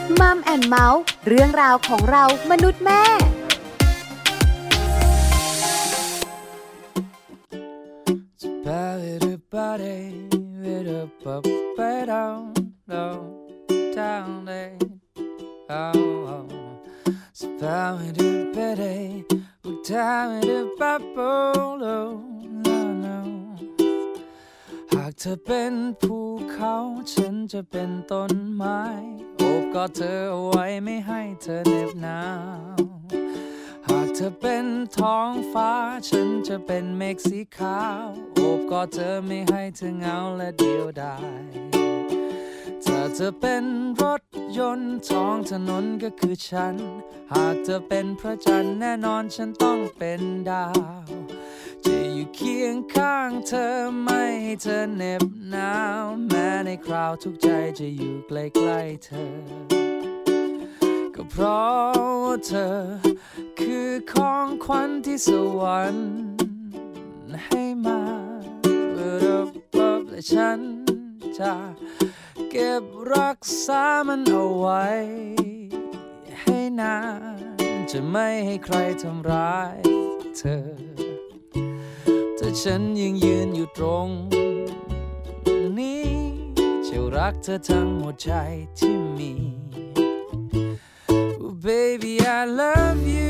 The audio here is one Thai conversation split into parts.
มัมแอนด์เมาส์เรื่องราวของเรามนุษย์แม่หากเธอเป็นภูเขาฉันจะเป็นต้นไม้โอบกอดเธอเอาไว้ไม่ให้เธอเหน็บหนาวหากเธอเป็นท้องฟ้าฉันจะเป็นเมฆสีขาวโอบกอดเธอไม่ให้เธอเหงาและเดียวดายถ้าเธอเป็นรถยนต์ท้องถนนก็คือฉันหากเธอเป็นพระจันทร์แน่นอนฉันต้องเป็นดาวจะอยู่เคียงข้างเธอไม่ให้เธอเหน็บหนาวแม้ในคราวทุกข์ใจจะอยู่ใกล้ๆเธอก็เพราะว่าเธอคือของขวัญที่สวรรค์ให้มาและฉันจะเก็บรักษามันเอาไว้ให้นานจะไม่ให้ใครทำร้ายเธอแต่ฉันยังยืนอยู่ตรงนี้จะรักเธอทั้งหัวใจที่มี oh, baby I love you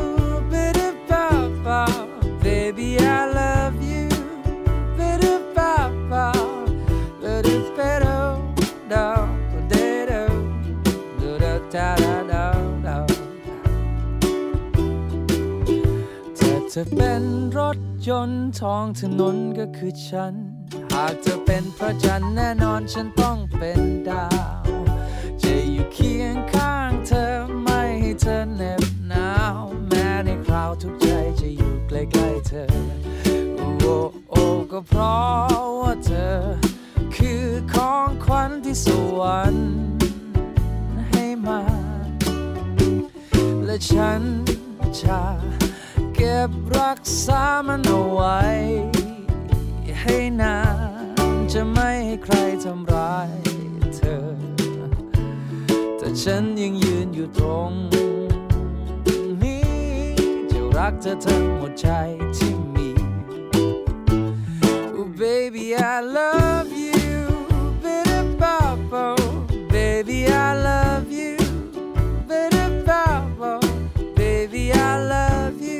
baby I love youเธอเป็นรถยนต์ท้องถนนก็คือฉันหากเธอเป็นพระจันทร์แน่นอนฉันต้องเป็นดาวจะอยู่เคียงข้างเธอไม่ให้เธอเหน็บหนาวแม้ในคราวทุกข์ใจจะอยู่ใกล้ๆเธอโอ้โอ้ก็เพราะว่าเธอคือของขวัญที่สวรรค์ให้มาและฉันจะเก็บรักษามันเอาไว้ให้นานจะไม่ให้ใครทำร้ายเธอแต่ฉันยังยืนอยู่ตรงนี้จะรักเธอทั้งหมดใจที่มี oh, baby I love you baby I love you baby I love you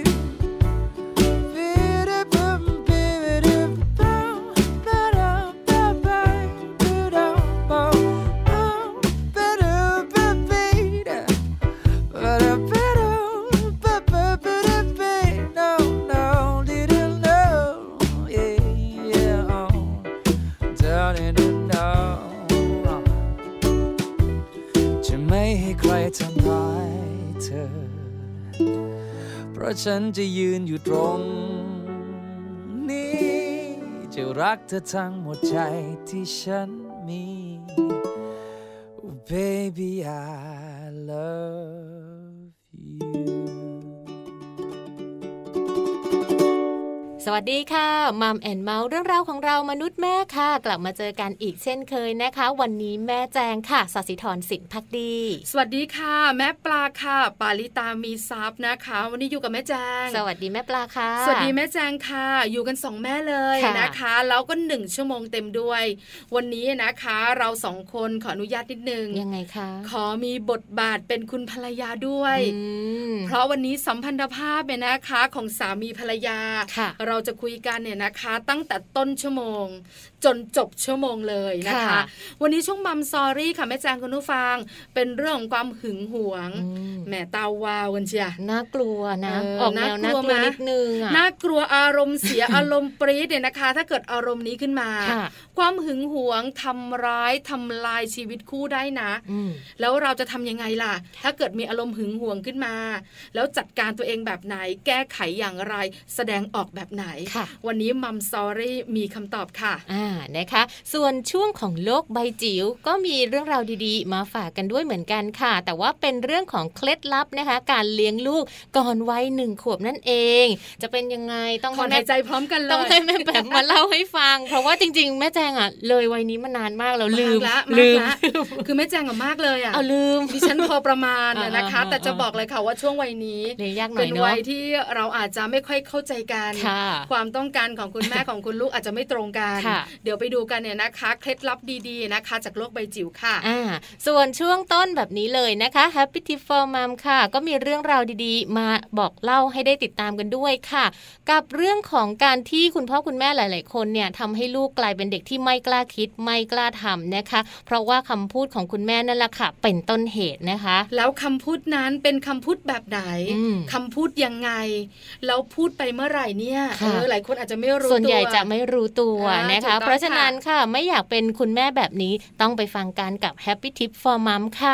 ทำร้ายเธอเพราะฉันจะยืนอยู่ตรงนี้จะรักเธอทั้งหมดใจที่ฉันมี oh, baby I love you สวัสดีค่ะมัมแอนด์เมาส์เรื่องราวของเรามนุษย์แม่ค่ะกลับมาเจอกันอีกเช่นเคยนะคะวันนี้แม่แจงค่ะศศิธรสินภักดีสวัสดีค่ะแม่ปลาค่ะปาริตามีทรัพย์นะคะวันนี้อยู่กับแม่แจงสวัสดีแม่ปลาค่ะสวัสดีแม่แจงค่ะอยู่กัน2แม่เลยนะคะแล้วก็1ชั่วโมงเต็มด้วยวันนี้นะคะเรา2คนขออนุญาตนิดนึงยังไงคะขอมีบทบาทเป็นคุณภรรยาด้วยเพราะวันนี้สัมพันธภาพเนี่ยนะคะของสามีภรรยาเราจะคุยกันเนี่ยนะคะตั้งแต่ต้นชั่วโมงจนจบชั่วโมงเลยนะคะวันนี้ช่วงมัมซอรี่ค่ะแม่แจงคุณผู้ฟังเป็นเรื่องของความหึงหวงแม่ตาวาวกันเชียน่ากลัวนะออกแนวน่ากลัวนิดนึงน่ากลัวอารมณ์เสีย อารมณ์ปรี๊ดเนี่ยนะคะถ้าเกิดอารมณ์นี้ขึ้นมาความหึงหวงทำร้ายทำลายชีวิตคู่ได้นะแล้วเราจะทำยังไงล่ะถ้าเกิดมีอารมณ์หึงหวงขึ้นมาแล้วจัดการตัวเองแบบไหนแก้ไขอย่างไรแสดงออกแบบไหนนวันนี้มัมสตอรี่มีคำตอบค่ะนะคะส่วนช่วงของโลกใบจิ๋วก็มีเรื่องราวดีๆมาฝากกันด้วยเหมือนกันค่ะแต่ว่าเป็นเรื่องของเคล็ดลับนะคะการเลี้ยงลูกก่อนวัย1 ขวบนั่นเองจะเป็นยังไงต้องในใจพร้อมกันเลยต้องให้แม่แปมมาเล่าให้ฟังเพราะว่าจริงๆแม่แจงเลยวัยนี้มานานมากแล้วลืมคือแม่แจงมากเลยลืมดิฉันพอประมาณนะคะแต่จะบอกเลยค่ะว่าช่วงวัยนี้เป็นวัยที่เราอาจจะไม่ค่อยเข้าใจกันความต้องการของคุณแม่ของคุณลูกอาจจะไม่ตรงกันเดี๋ยวไปดูกันเนี่ยนะคะเคล็ดลับดีๆนะคะจากโลกใบจิ๋วค่ะส่วนช่วงต้นแบบนี้เลยนะคะ Happy Tip for Mom ค่ะก็มีเรื่องราวดีๆมาบอกเล่าให้ได้ติดตามกันด้วยค่ะกับเรื่องของการที่คุณพ่อคุณแม่หลายๆคนเนี่ยทำให้ลูกกลายเป็นเด็กที่ไม่กล้าคิดไม่กล้าทำนะคะเพราะว่าคำพูดของคุณแม่นั่นแหละค่ะเป็นต้นเหตุนะคะแล้วคำพูดนั้นเป็นคำพูดแบบไหนคำพูดยังไงแล้วพูดไปเมื่อไหร่เนี่ยหลายคนอาจจะไม่รู้ตัวส่วนใหญ่จะไม่รู้ตัวนะคะเพราะฉะนั้นค่ะไม่อยากเป็นคุณแม่แบบนี้ต้องไปฟังกันกับ Happy Tip for Mom ค่ะ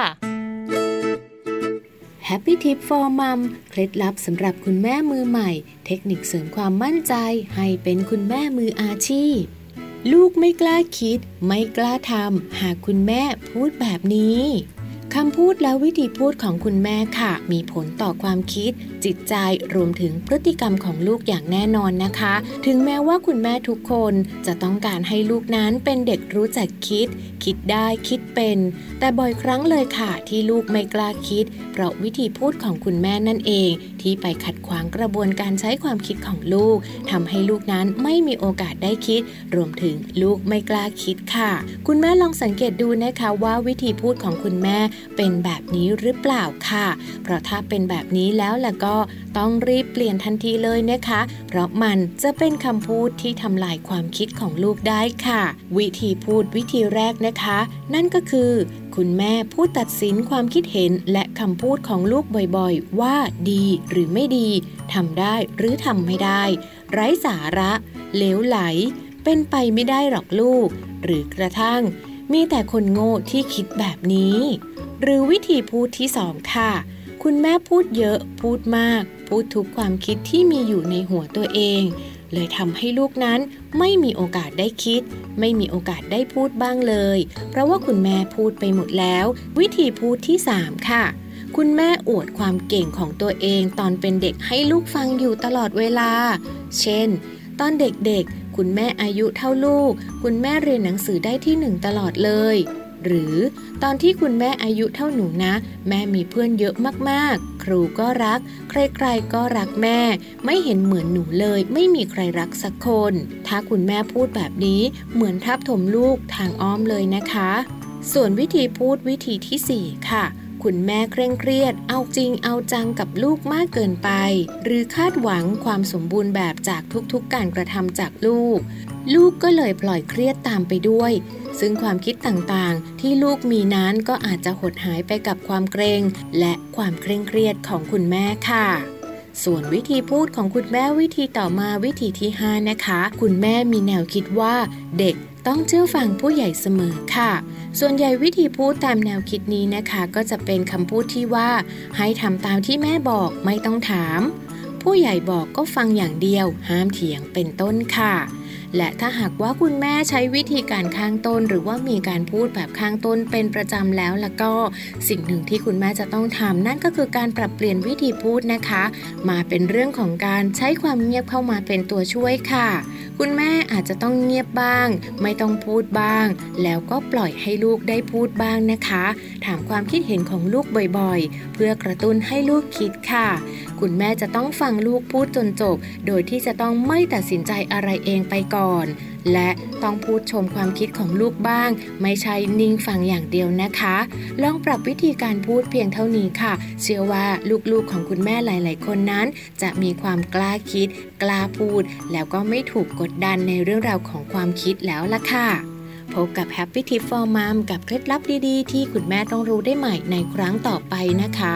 Happy Tip for Mom เคล็ดลับสำหรับคุณแม่มือใหม่เทคนิคเสริมความมั่นใจให้เป็นคุณแม่มืออาชีพลูกไม่กล้าคิดไม่กล้าทำหากคุณแม่พูดแบบนี้คำพูดและวิธีพูดของคุณแม่ค่ะมีผลต่อความคิดจิตใจรวมถึงพฤติกรรมของลูกอย่างแน่นอนนะคะถึงแม้ว่าคุณแม่ทุกคนจะต้องการให้ลูกนั้นเป็นเด็กรู้จักคิดได้คิดเป็นแต่บ่อยครั้งเลยค่ะที่ลูกไม่กล้าคิดเพราะวิธีพูดของคุณแม่นั่นเองที่ไปขัดขวางกระบวนการใช้ความคิดของลูกทำให้ลูกนั้นไม่มีโอกาสได้คิดรวมถึงลูกไม่กล้าคิดค่ะคุณแม่ลองสังเกตดูนะคะว่าวิธีพูดของคุณแม่เป็นแบบนี้หรือเปล่าค่ะเพราะถ้าเป็นแบบนี้แล้วล่ะก็ต้องรีบเปลี่ยนทันทีเลยนะคะเพราะมันจะเป็นคำพูดที่ทำลายความคิดของลูกได้ค่ะวิธีพูดวิธีแรกนะคะนั่นก็คือคุณแม่พูดตัดสินความคิดเห็นและคำพูดของลูกบ่อยๆว่าดีหรือไม่ดีทำได้หรือทำไม่ได้ไร้สาระเหลวไหลเป็นไปไม่ได้หรอกลูกหรือกระทั่งมีแต่คนโง่ที่คิดแบบนี้หรือวิธีพูดที่2ค่ะคุณแม่พูดเยอะพูดมากพูดทุกความคิดที่มีอยู่ในหัวตัวเองเลยทำให้ลูกนั้นไม่มีโอกาสได้คิดไม่มีโอกาสได้พูดบ้างเลยเพราะว่าคุณแม่พูดไปหมดแล้ววิธีพูดที่3ค่ะคุณแม่อวดความเก่งของตัวเองตอนเป็นเด็กให้ลูกฟังอยู่ตลอดเวลาเช่นตอนเด็กๆคุณแม่อายุเท่าลูกคุณแม่เรียนหนังสือได้ที่1ตลอดเลยหรือตอนที่คุณแม่อายุเท่าหนูนะแม่มีเพื่อนเยอะมากๆครูก็รักใครๆก็รักแม่ไม่เห็นเหมือนหนูเลยไม่มีใครรักสักคนถ้าคุณแม่พูดแบบนี้เหมือนทับถมลูกทางอ้อมเลยนะคะส่วนวิธีพูดวิธีที่4ค่ะคุณแม่เคร่งเครียดเอาจริงเอาจังกับลูกมากเกินไปหรือคาดหวังความสมบูรณ์แบบจากทุกๆการกระทำจากลูกก็เลยปล่อยเครียดตามไปด้วยซึ่งความคิดต่างๆที่ลูกมีนั้นก็อาจจะหดหายไปกับความเกรงและความเคร่งเครียดของคุณแม่ค่ะส่วนวิธีพูดของคุณแม่วิธีต่อมาวิธีที่5นะคะคุณแม่มีแนวคิดว่าเด็กต้องเชื่อฟังผู้ใหญ่เสมอค่ะส่วนใหญ่วิธีพูดตามแนวคิดนี้นะคะก็จะเป็นคำพูดที่ว่าให้ทำตามที่แม่บอกไม่ต้องถามผู้ใหญ่บอกก็ฟังอย่างเดียวห้ามเถียงเป็นต้นค่ะและถ้าหากว่าคุณแม่ใช้วิธีการข้างต้นหรือว่ามีการพูดแบบข้างต้นเป็นประจำแล้วก็สิ่งหนึ่งที่คุณแม่จะต้องทำนั่นก็คือการปรับเปลี่ยนวิธีพูดนะคะมาเป็นเรื่องของการใช้ความเงียบเข้ามาเป็นตัวช่วยค่ะคุณแม่อาจจะต้องเงียบบ้างไม่ต้องพูดบ้างแล้วก็ปล่อยให้ลูกได้พูดบ้างนะคะถามความคิดเห็นของลูกบ่อยๆเพื่อกระตุ้นให้ลูกคิดค่ะคุณแม่จะต้องฟังลูกพูดจนจบโดยที่จะต้องไม่ตัดสินใจอะไรเองไปก่อนและต้องพูดชมความคิดของลูกบ้างไม่ใช่นิ่งฟังอย่างเดียวนะคะลองปรับวิธีการพูดเพียงเท่านี้ค่ะเชื่อว่าลูกๆของคุณแม่หลายๆคนนั้นจะมีความกล้าคิดกล้าพูดแล้วก็ไม่ถูกกดดันในเรื่องราวของความคิดแล้วล่ะค่ะพบกับ Happy Tip for Mom กับเคล็ดลับดีๆที่คุณแม่ต้องรู้ได้ใหม่ในครั้งต่อไปนะคะ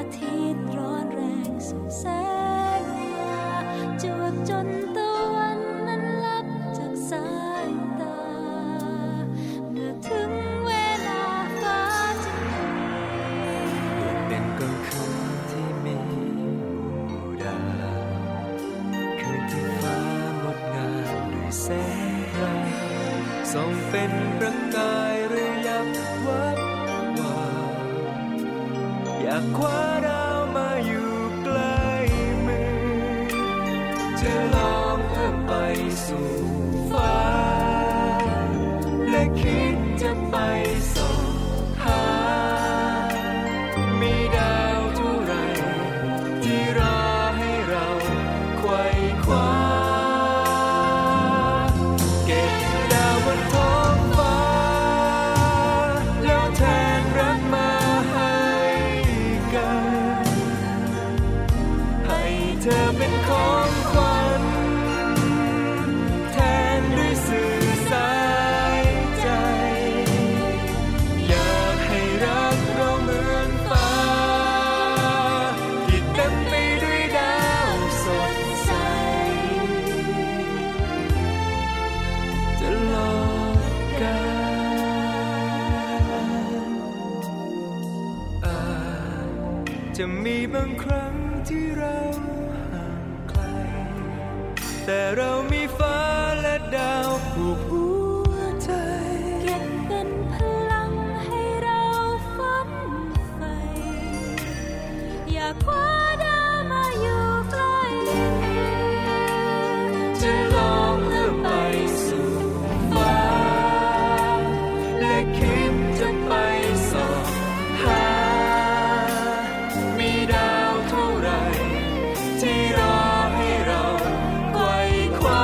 อาทิตย์ร้อนแรงส่องแสงมาจวบจนตะวันนั้นลับจากสายตาเมื่อถึงเวลาฟ้าจะเป็นกลางคืนที่มีหมู่ดาวคืนที่ฟ้างดงามด้วยแสงพรายส่องเป็นประกายระยับวับวาวอยากคว้าดาวมาอยู่ใกล้มือจะลองเอื้อมไปสู่ฟ้าและคิดจะไปส่องหามีดาวเท่าไรที่รอให้เราไขว่คว้าเก็บดาวบนท้องฟ้าแล้วแทนรักมาให้กันให้เธอเป็นของขวัญแทนด้วยสื่อสายใจอยากให้รักเราเหมือนฟ้าที่เต็มไปด้วยดาวสดใสจะหลอกกันอาจจะมีบางครั้งที่เราห่างไกลแต่เรามีฟ้าและดาวผูกหัวใจเก็บเป็นพลังให้เราฝันใฝ่อยากคว้าดาวมาอยู่ใกล้จะลองเอื้อมไปสู่ฟ้าและคิดจะไปส่องหามีดาวเท่าไรที่รอให้เราไขว่คว้า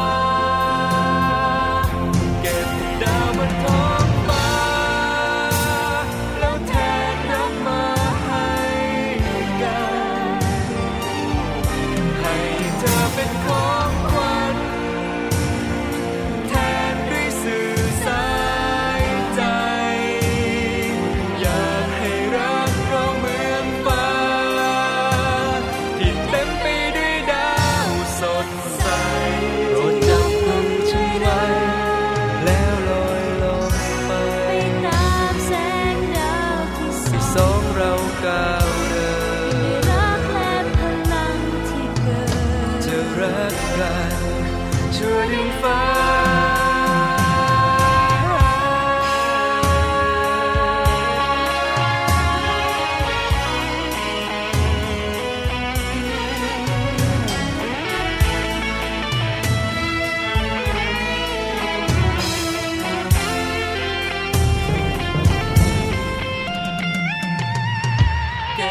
เก็บดาวบนท้องฟ้าแล้วแทนรักมาให้กันให้เธอเป็นของขวัญแทนด้วยสื่อสายใจอยากให้รักเราเหมือนฟ้าที่เต็มไปด้วยดาวสดใสโปรดจับมือฉันไว้แล้วลอยลงไปไปตามแสงดาวที่ส่ที่องสองเราก้าวเดินรักและพลังที่เกิดจะรักกันช่วยดึงฟ้าเก็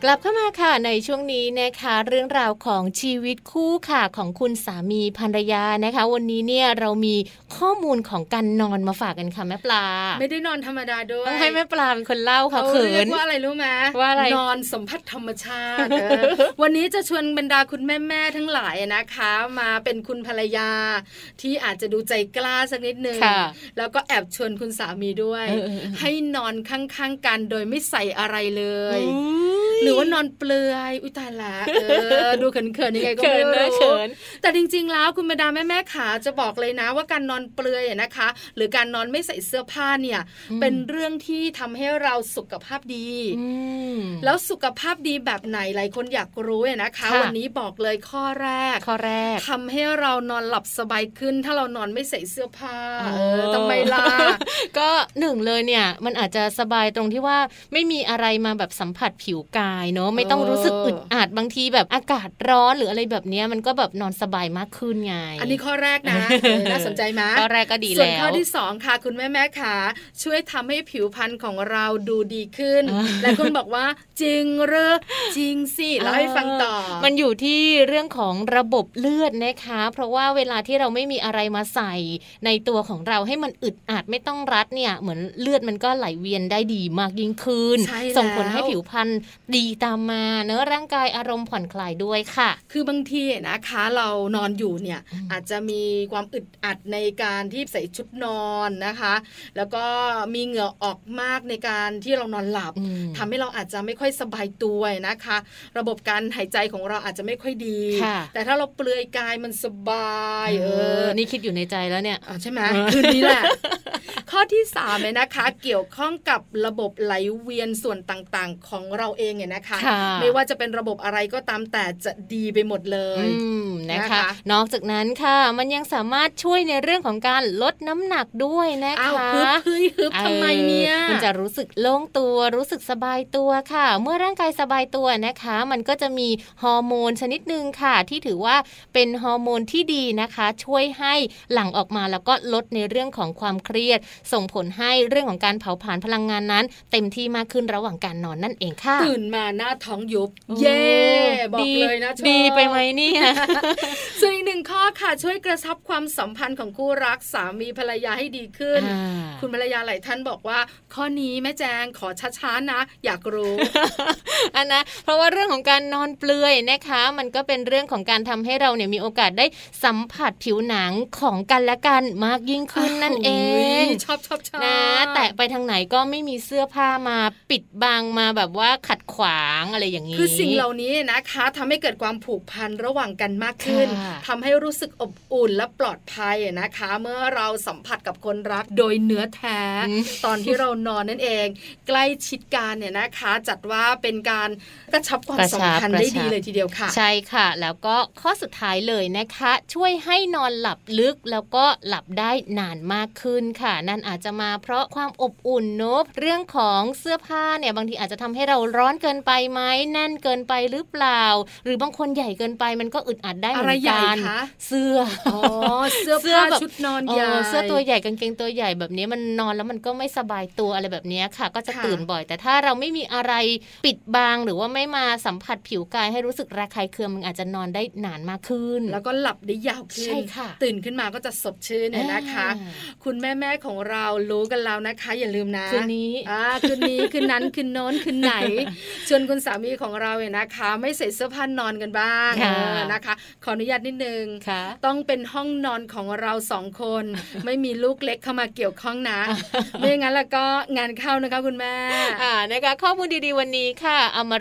กลับเข้ามาค่ะในช่วงนี้นะคะเรื่องราวของชีวิตคู่ค่ะของคุณสามีภรรยานะคะวันนี้เนี่ยเรามีข้อมูลของการนอนมาฝากกันค่ะแม่ปลาไม่ได้นอนธรรมดาด้วยต้องให้แม่ปลาเป็นคนเล่าค่ะเขินเรียกว่าอะไรรู้ไหมว่าอะไรนอนสัมผัสธรรมชาติ วันนี้จะชวนบรรดาคุณแม่ทั้งหลายนะคะมาเป็นคุณภรรยาที่อาจจะดูใจกล้าสักนิดนึงแล้วก็แอบชวนคุณสามีด้วยให้นอนข้างๆกันโดยไม่ใส่อะไรเลยหรือว่านอนเปลือยอุยตายละดูเขินๆยังไงก็ไม่รู้แต่จริงๆแล้วคุณบรรดาแม่ขาจะบอกเลยนะว่าการนอนเปลือยนะคะหรือการนอนไม่ใส่เสื้อผ้าเนี่ยเป็นเรื่องที่ทำให้เราสุขภาพดีแล้วสุขภาพดีแบบไหนหลายคนอยากรู้นะคะวันนี้บอกเลยข้อแรกทำให้เรานอนหลับสบายขึ้นถ้าเรานอนไม่ใส่เสื้อผ้าทำไมล่ะก็หนึ่งเลยเนี่ยมันอาจจะสบายตรงที่ว่าไม่มีอะไรมาแบบสัมผัสผิวกายเนาะไม่ต้องรู้สึกอึดอัดบางทีแบบอากาศร้อนหรืออะไรแบบนี้มันก็แบบนอนสบายมากขึ้นไงอันนี้ข้อแรกนะ น่าสนใจไหมข้อแรกก็ดีแล้วส่วนข้อที่2ค่ะคุณแม่ค่ะช่วยทำให้ผิวพรรณของเราดูดีขึ้นและคุณบอกว่าจริงหรือจริงสิเล่าให้ฟังต่อมันอยู่ที่เรื่องของระบบเลือดนะคะเพราะว่าเวลาที่เราไม่มีอะไรมาใส่ในตัวของเราให้มันอึดอัดไม่ต้องรัดเนี่ยเหมือนเลือดมันก็ไหลเวียนได้ดีมากยิ่งขึ้นส่งผลให้ผิวพรรณดีตามมาเนื้อร่างกายอารมณ์ผ่อนคลายด้วยค่ะคือบางทีนะคะเรานอนอยู่เนี่ยอาจจะมีความอึดอัดในการที่ใส่ชุดนอนนะคะแล้วก็มีเหงื่อออกมากในการที่เรานอนหลับทำให้เราอาจจะไม่ค่อยสบายตัวนะคะระบบการหายใจของเราอาจจะไม่ค่อยดีแต่ถ้าเราเปลือยกายมันสบายนี่คิดอยู่ในใจแล้วเนี่ยใช่ไหมคืนนี้แหละข้อที่3เนี่ยนะคะเกี่ยวข้องกับระบบไหลเวียนส่วนต่างๆของเราเองเนี่ยนะคะไม่ว่าจะเป็นระบบอะไรก็ตามแต่จะดีไปหมดเลยนะคะนอกจากนั้นค่ะมันยังสามารถช่วยในเรื่องของการลดน้ำหนักด้วยนะคะฮึบทำไมเนี่ยมันจะรู้สึกโล่งตัวรู้สึกสบายตัวค่ะเมื่อร่างกายสบายตัวนะคะมันก็จะมีฮอร์โมนชนิดนึงค่ะที่ถือว่าเป็นฮอร์โมนที่ดีนะคะช่วยให้หลั่งออกมาแล้วก็ลดในเรื่องของความเครียดส่งผลให้เรื่องของการเผาผลาญพลังงานนั้นเต็มที่มากขึ้นระหว่างการนอนนั่นเองค่ะตื่นมาหน้าท้องยุบเย่บอกเลยนะดีไปไหมเนี่ยส่วนอีก1ข้อค่ะช่วยกระชับความสัมพันธ์ของคู่รักสามีภรรยาให้ดีขึ้นคุณภรรยาหลายท่านบอกว่าข้อนี้แม่แจงขอช้าๆนะอยากรู้อันนะเพราะว่าเรื่องของการนอนเปลือยนะคะมันก็เป็นเรื่องของการทำให้เราเนี่ยมีโอกาสได้สัมผัสผิวหนังของกันและกันมากยิ่งขึ้นนั่นเองชอบนะแตะไปทางไหนก็ไม่มีเสื้อผ้ามาปิดบังมาแบบว่าขัดขวางอะไรอย่างนี้คือสิ่งเหล่านี้นะคะทำให้เกิดความผูกพันระหว่างกันมากขึ้นทำให้รู้สึกอบอุ่นและปลอดภัยนะคะเมื่อเราสัมผัสกับคนรักโดยเนื้อแท้ตอนที่เรานอนนั่นเองใกล้ชิดกันเนี่ยนะคะจัดว่าเป็นการกระชับความสัมพันธ์ได้ดีเลยทีเดียวค่ะใช่ค่ะแล้วก็ข้อสุดท้ายเลยนะคะช่วยให้นอนหลับลึกแล้วก็หลับได้นานมากขึ้นค่ะนั่นอาจจะมาเพราะความอบอุ่นเนอะเรื่องของเสื้อผ้าเนี่ยบางทีอาจจะทำให้เราร้อนเกินไปไหมแน่นเกินไปหรือเปล่าหรือบางคนใหญ่เกินไปมันก็อึดอัดได้เหมือนกันเสื้อเสื้อผ้าชุดนอนใหญ่เสื้อตัวใหญ่กางเกงตัวใหญ่แบบนี้มันนอนแล้วมันก็ไม่สบายตัวอะไรแบบนี้ค่ะก็จะตื่นบ่อยแต่ถ้าเราไม่มีอะไรปิดบังหรือว่าไม่มาสัมผัสผิวกายให้รู้สึกระคายเคืองมันอาจจะนอนได้นานมากขึ้นแล้วก็หลับได้ยาวขึ้นตื่นขึ้นมาก็จะสดชื่นนะคะคุณแม่ของเรารู้กันแล้วนะคะอย่าลืมนะคืนนี้คืนนั้นคืนโน้นคืนไหนชวนคุณสามีของเราเนี่ยนะคะไม่ใส่เสื้อผ้านอนกันบ้างนะคะขออนุญาตนิดนึงต้องเป็นห้องนอนของเรา2 คนไม่มีลูกเล็กเข้ามาเกี่ยวข้องนะไม่งั้นแล้วก็งานเข้านะคะคุณแม่นะคะข้อมูลดีๆวันนี้ค่ะ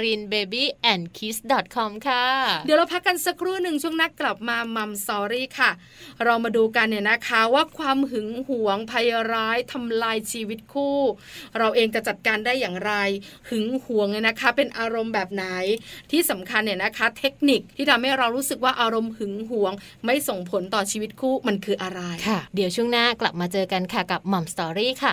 amarinbabyandkiss.com ค่ะเดี๋ยวเราพักกันสักครู่หนึ่งช่วงนักกลับมามัมสอรี่ค่ะเรามาดูกันเนี่ยนะคะว่าความหึงหวงภัยร้ายทำลายชีวิตคู่เราเองจะจัดการได้อย่างไรหึงหวงเนี่ยนะคะเป็นอารมณ์แบบไหนที่สำคัญเนี่ยนะคะเทคนิคที่ทำให้เรารู้สึกว่าอารมณ์หึงหวงไม่ส่งผลต่อชีวิตคู่มันคืออะไรค่ะเดี๋ยวช่วงหน้ากลับมาเจอกันค่ะกับมัมสตอรี่ค่ะ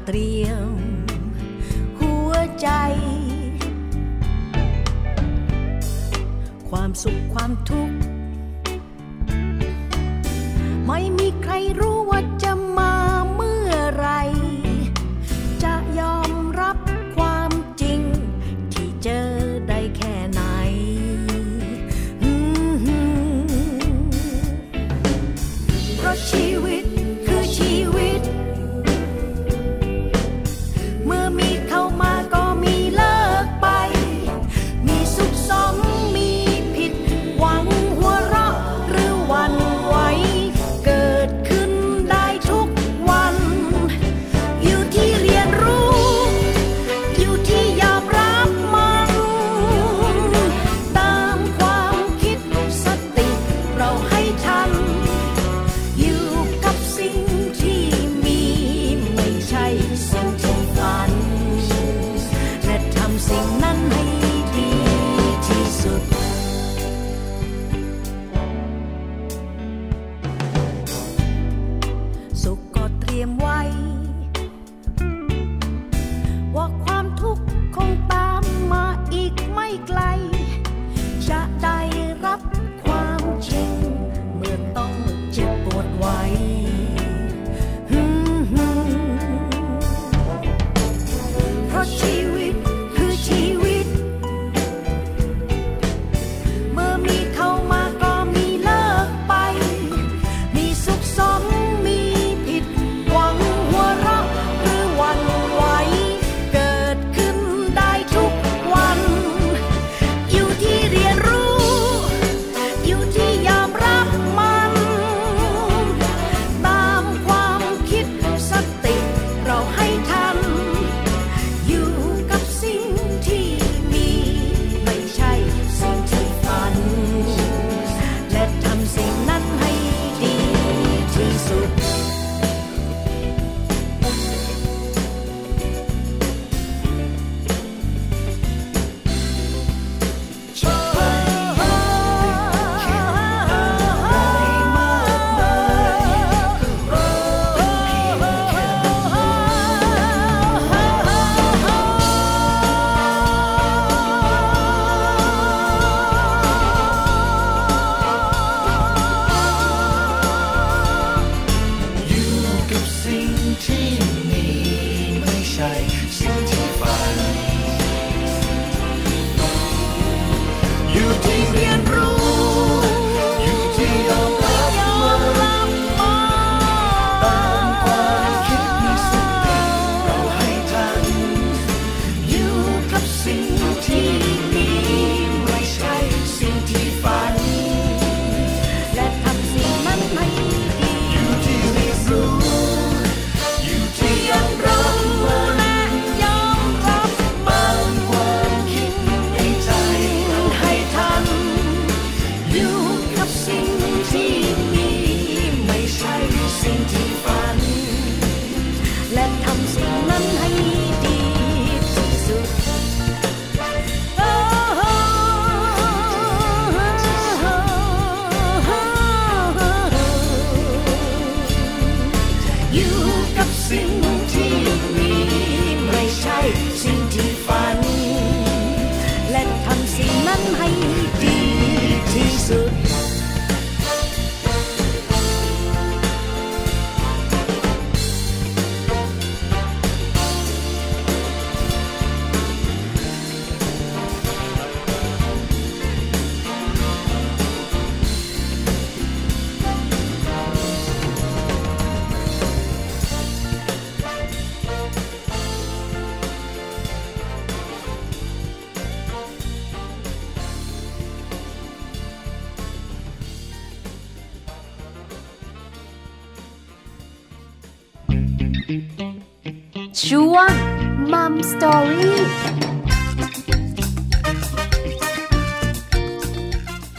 เตรียมหัวใจความสุขความทุกข์ไม่มีใครรู้ว่าจะมาเมื่อไรจะยอมรับความจริงที่เจอได้แค่ไหนเพราะชีวิตคือชีวิตเมื่อมีเข้ามาก็มีเลิกไปมีสุขสมมีผิดหวังหัวเราะหรือหวั่นไหวเกิดขึ้นได้ทุกวันอยู่ที่เรียนรู้อยู่ที่ยอมรับมันตามความคิดสติเราให้ทันอยู่กับสิ่งที่มีไม่ใช่สิ่งที่ฝันและทำสิ่งนั้นให้ดีที่สุดสุขก็เตรียมไว้ว่าความทุกข์คงตามมาอีกไม่ไกลจะได้รับความจริงเมื่อต้องเจ็บปวดไว้เพราะชีวิตคือชีวิตเมื่อมีเข้ามาก็มีเลิกไปมีสุขสมมีผิดหวังหัวเราะหรือหวั่นไหวเกิดขึ้นได้ทุกวันอยู่ที่เรียนรู้อยู่ที่ยอมรับมันตามความคิดสติเราให้ทันอยู่กับสิ่งที่มีไม่ใช่สิ่งที่ฝันและทำสิ่งนั้นให้ดีที่สุดช่วง Mum Story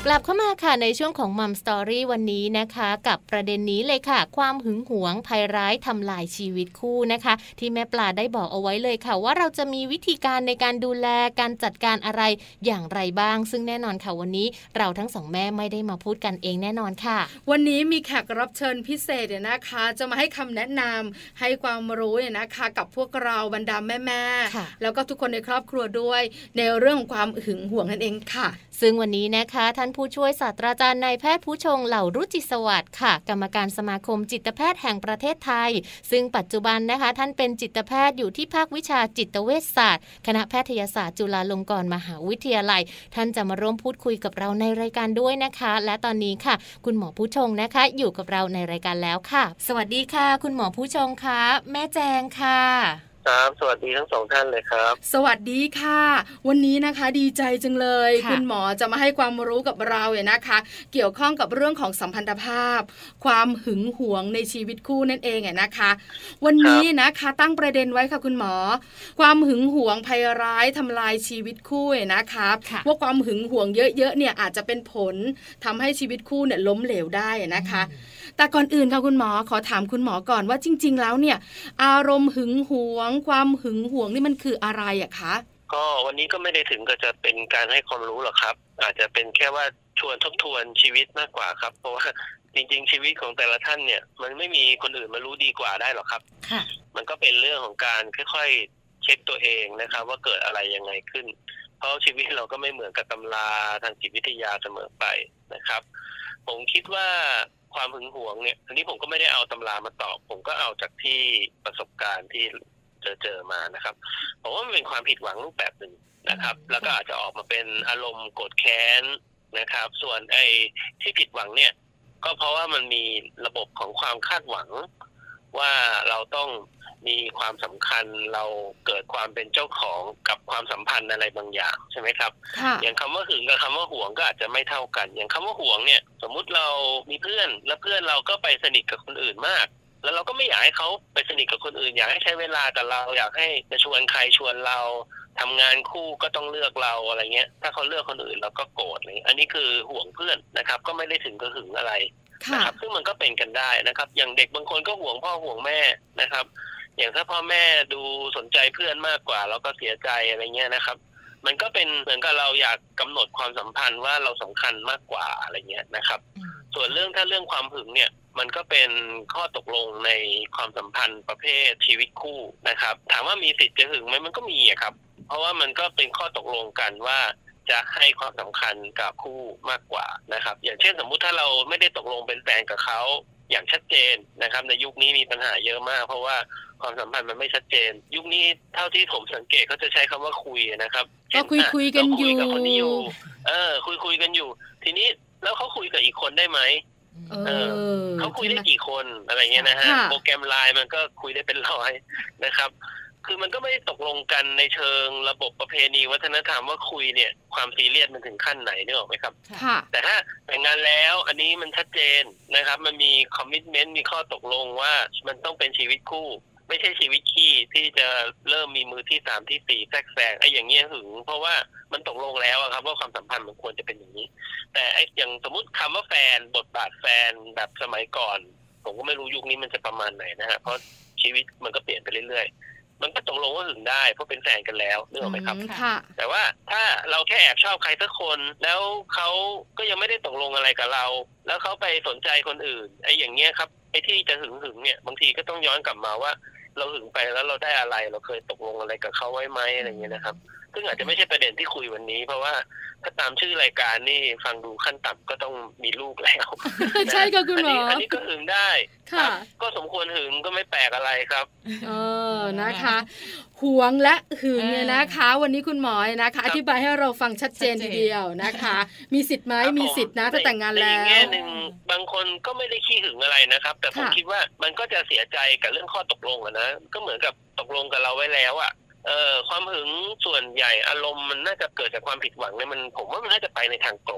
กลับเข้ามาค่ะในช่วงของมัมสตอรี่วันนี้นะคะกับประเด็นนี้เลยค่ะความหึงหวงภัยร้ายทำลายชีวิตคู่นะคะที่แม่ปลาได้บอกเอาไว้เลยค่ะว่าเราจะมีวิธีการในการดูแลการจัดการอะไรอย่างไรบ้างซึ่งแน่นอนค่ะวันนี้เราทั้งสองแม่ไม่ได้มาพูดกันเองแน่นอนค่ะวันนี้มีแขกรับเชิญพิเศษเนี่ยนะคะจะมาให้คำแนะนำให้ความรู้เนี่ยนะคะกับพวกเราบรรดาแม่ๆแล้วก็ทุกคนในครอบครัวด้วยในเรื่องของความหึงหวงนั่นเองค่ะซึ่งวันนี้นะคะท่านผู้ช่วยศาสตราจารย์นายแพทย์ผู้ชงเหล่ารุจิสวัสดิ์ค่ะกรรมการสมาคมจิตแพทย์แห่งประเทศไทยซึ่งปัจจุบันนะคะท่านเป็นจิตแพทย์อยู่ที่ภาควิชาจิตเวชศาสตร์คณะแพทยศาสตร์จุฬาลงกรณ์มหาวิทยาลัยท่านจะมาร่วมพูดคุยกับเราในรายการด้วยนะคะและตอนนี้ค่ะคุณหมอผู้ชงนะคะอยู่กับเราในรายการแล้วค่ะสวัสดีค่ะคุณหมอผู้ชงค่ะแม่แจงค่ะครับสวัสดีทั้งสองท่านเลยครับสวัสดีค่ะวันนี้นะคะดีใจจังเลยคุณหมอจะมาให้ความรู้กับเราเนี่ยนะคะเกี่ยวข้องกับเรื่องของสัมพันธภาพความหึงหวงในชีวิตคู่นั่นเองนะคะวันนี้นะคะตั้งประเด็นไว้ค่ะคุณหมอความหึงหวงภัยร้ายทำลายชีวิตคู่นะคะว่าความหึงหวงเยอะๆเนี่ยอาจจะเป็นผลทำให้ชีวิตคู่เนี่ยล้มเหลวได้นะคะแต่ก่อนอื่นค่ะคุณหมอขอถามคุณหมอก่อนว่าจริงๆแล้วเนี่ยอารมณ์หึงหวงความหึงหวงนี่มันคืออะไรอะคะก็วันนี้ก็ไม่ได้ถึงก็จะเป็นการให้ความรู้หรอกครับอาจจะเป็นแค่ว่าชวนทบทวนชีวิตมากกว่าครับเพราะว่าจริงๆชีวิตของแต่ละท่านเนี่ยมันไม่มีคนอื่นมารู้ดีกว่าได้หรอกครับมันก็เป็นเรื่องของการค่อยๆเช็คตัวเองนะครับว่าเกิดอะไรยังไงขึ้นเพราะชีวิตเราก็ไม่เหมือนกับตำราทางจิตวิทยาเสมอไปนะครับผมคิดว่าความหึงหวงเนี่ยอันนี้ผมก็ไม่ได้เอาตำรามาตอบผมก็เอาจากที่ประสบการณ์ที่เจอมานะครับผมว่ามันเป็นความผิดหวังรูปแบบหนึ่งนะครับแล้วก็อาจจะออกมาเป็นอารมณ์โกรธแค้นนะครับส่วนไอ้ที่ผิดหวังเนี่ยก็เพราะว่ามันมีระบบของความคาดหวังว่าเราต้องมีความสำคัญเราเกิดความเป็นเจ้าของกับความสัมพันธ์อะไรบางอย่างใช่ไหมครับอย่างคำว่าหึงกับคำว่าหวงก็อาจจะไม่เท่ากันอย่างคำว่าหวงเนี่ยสมมุติเรามีเพื่อนและเพื่อนเราก็ไปสนิทกับคนอื่นมากแล้วเราก็ไม่อยากให้เขาไปสนิทกับคนอื่นอยากให้ใช้เวลากับเราอยากให้จะชวนใครชวนเราทำงานคู่ก็ต้องเลือกเราอะไรเงี้ยถ้าเขาเลือกคนอื่นเราก็โกรธอะไรอันนี้คือห่วงเพื่อนนะครับก็ไม่ได้ถึงกับหึงอะไรนะครับซึ่งมันก็เป็นกันได้นะครับอย่างเด็กบางคนก็ห่วงพ่อห่วงแม่นะครับอย่างถ้าพ่อแม่ดูสนใจเพื่อนมากกว่าเราก็เสียใจอะไรเงี้ยนะครับมันก็เป็นเหมือนกับเราอยากกำหนดความสัมพันธ์ว่าเราสำคัญมากกว่าอะไรเงี้ยนะครับส่วนเรื่องความหึงเนี่ยมันก็เป็นข้อตกลงในความสัมพันธ์ประเภทชีวิตคู่นะครับถามว่ามีสิทธิ์จะหึงไหมมันก็มีอะครับเพราะว่ามันก็เป็นข้อตกลงกันว่าจะให้ความสำคัญกับคู่มากกว่านะครับอย่างเช่นสมมุติถ้าเราไม่ได้ตกลงเป็นแฟนกับเขาอย่างชัดเจนนะครับในยุคนี้มีปัญหาเยอะมากเพราะว่าความสัมพันธ์มันไม่ชัดเจนยุคนี้เท่าที่ผมสังเกตเขาจะใช้คำว่าคุยนะครับก็คุยกันอยู่คุยกันอยู่ทีนี้แล้วเขาคุยกับอีกคนได้ไหมเขาคุยได้กี่คนอะไรเงี้ยนะฮะโปรแกรมไลน์มันก็คุยได้เป็นร้อยนะครับคือมันก็ไม่ได้ตกลงกันในเชิงระบบประเพณีวัฒนธรรมว่าคุยเนี่ยความซีเรียสมันถึงขั้นไหนนึกออกไหมครับแต่ถ้าแต่งงานแล้วอันนี้มันชัดเจนนะครับมันมีคอมมิตเมนต์มีข้อตกลงว่ามันต้องเป็นชีวิตคู่ไม่ใช่ชีวิตขี้ที่จะเริ่มมีมือที่3ที่4แทรกไอ้อย่างเงี้ยหึงเพราะว่ามันตกลงแล้วครับว่าความสัมพันธ์มันควรจะเป็นอย่างนี้แต่ไอ้อย่างสมมติคำว่าแฟนบทบาทแฟนแบบสมัยก่อนผมก็ไม่รู้ยุคนี้มันจะประมาณไหนนะฮะเพราะชีวิตมันก็เปลี่ยนไปเรื่อยๆมันก็ตกลงว่าหึงได้เพราะเป็นแฟนกันแล้วนึกออกไหมครับแต่ว่าถ้าเราแค่แอบชอบใครสักคนแล้วเขาก็ยังไม่ได้ตกลงอะไรกับเราแล้วเขาไปสนใจคนอื่นไอ้อย่างเงี้ยครับไอ้ที่จะหึงเนี่ยบางทีก็ต้องย้อนกลับมาว่าเราหึงไปแล้วเราได้อะไรเราเคยตกลงอะไรกับเขาไว้ไหมอะไรเงี้ยนะครับซึ่งอาจจะไม่ใช่ประเด็นที่คุยวันนี้เพราะว่าถ้าตามชื่อรายการนี่ฟังดูขั้นต่ำก็ต้องมีลูกแล้วใช่ค่ะคุณหมออันนี้ก็หึงได้ครับก็สมควรหึงก็ไม่แปลกอะไรครับนะคะหวงและหึงเนี่ยนะคะวันนี้คุณหมอนะคะอธิบายให้เราฟังชัดเจนทีเดียวนะคะมีสิทธิ์ไหมมีสิทธิ์นะถ้าแต่งงานแล้วในแง่นึงบางคนก็ไม่ได้ขี้หึงอะไรนะครับแต่ผมคิดว่ามันก็จะเสียใจกับเรื่องข้อตกลงนะก็เหมือนกับตกลงกับเราไว้แล้วอ่ะความหึงส่วนใหญ่อารมณ์มันน่าจะเกิดจากความผิดหวังเนี่ยมันผมว่ามันน่าจะไปในทางโกรธ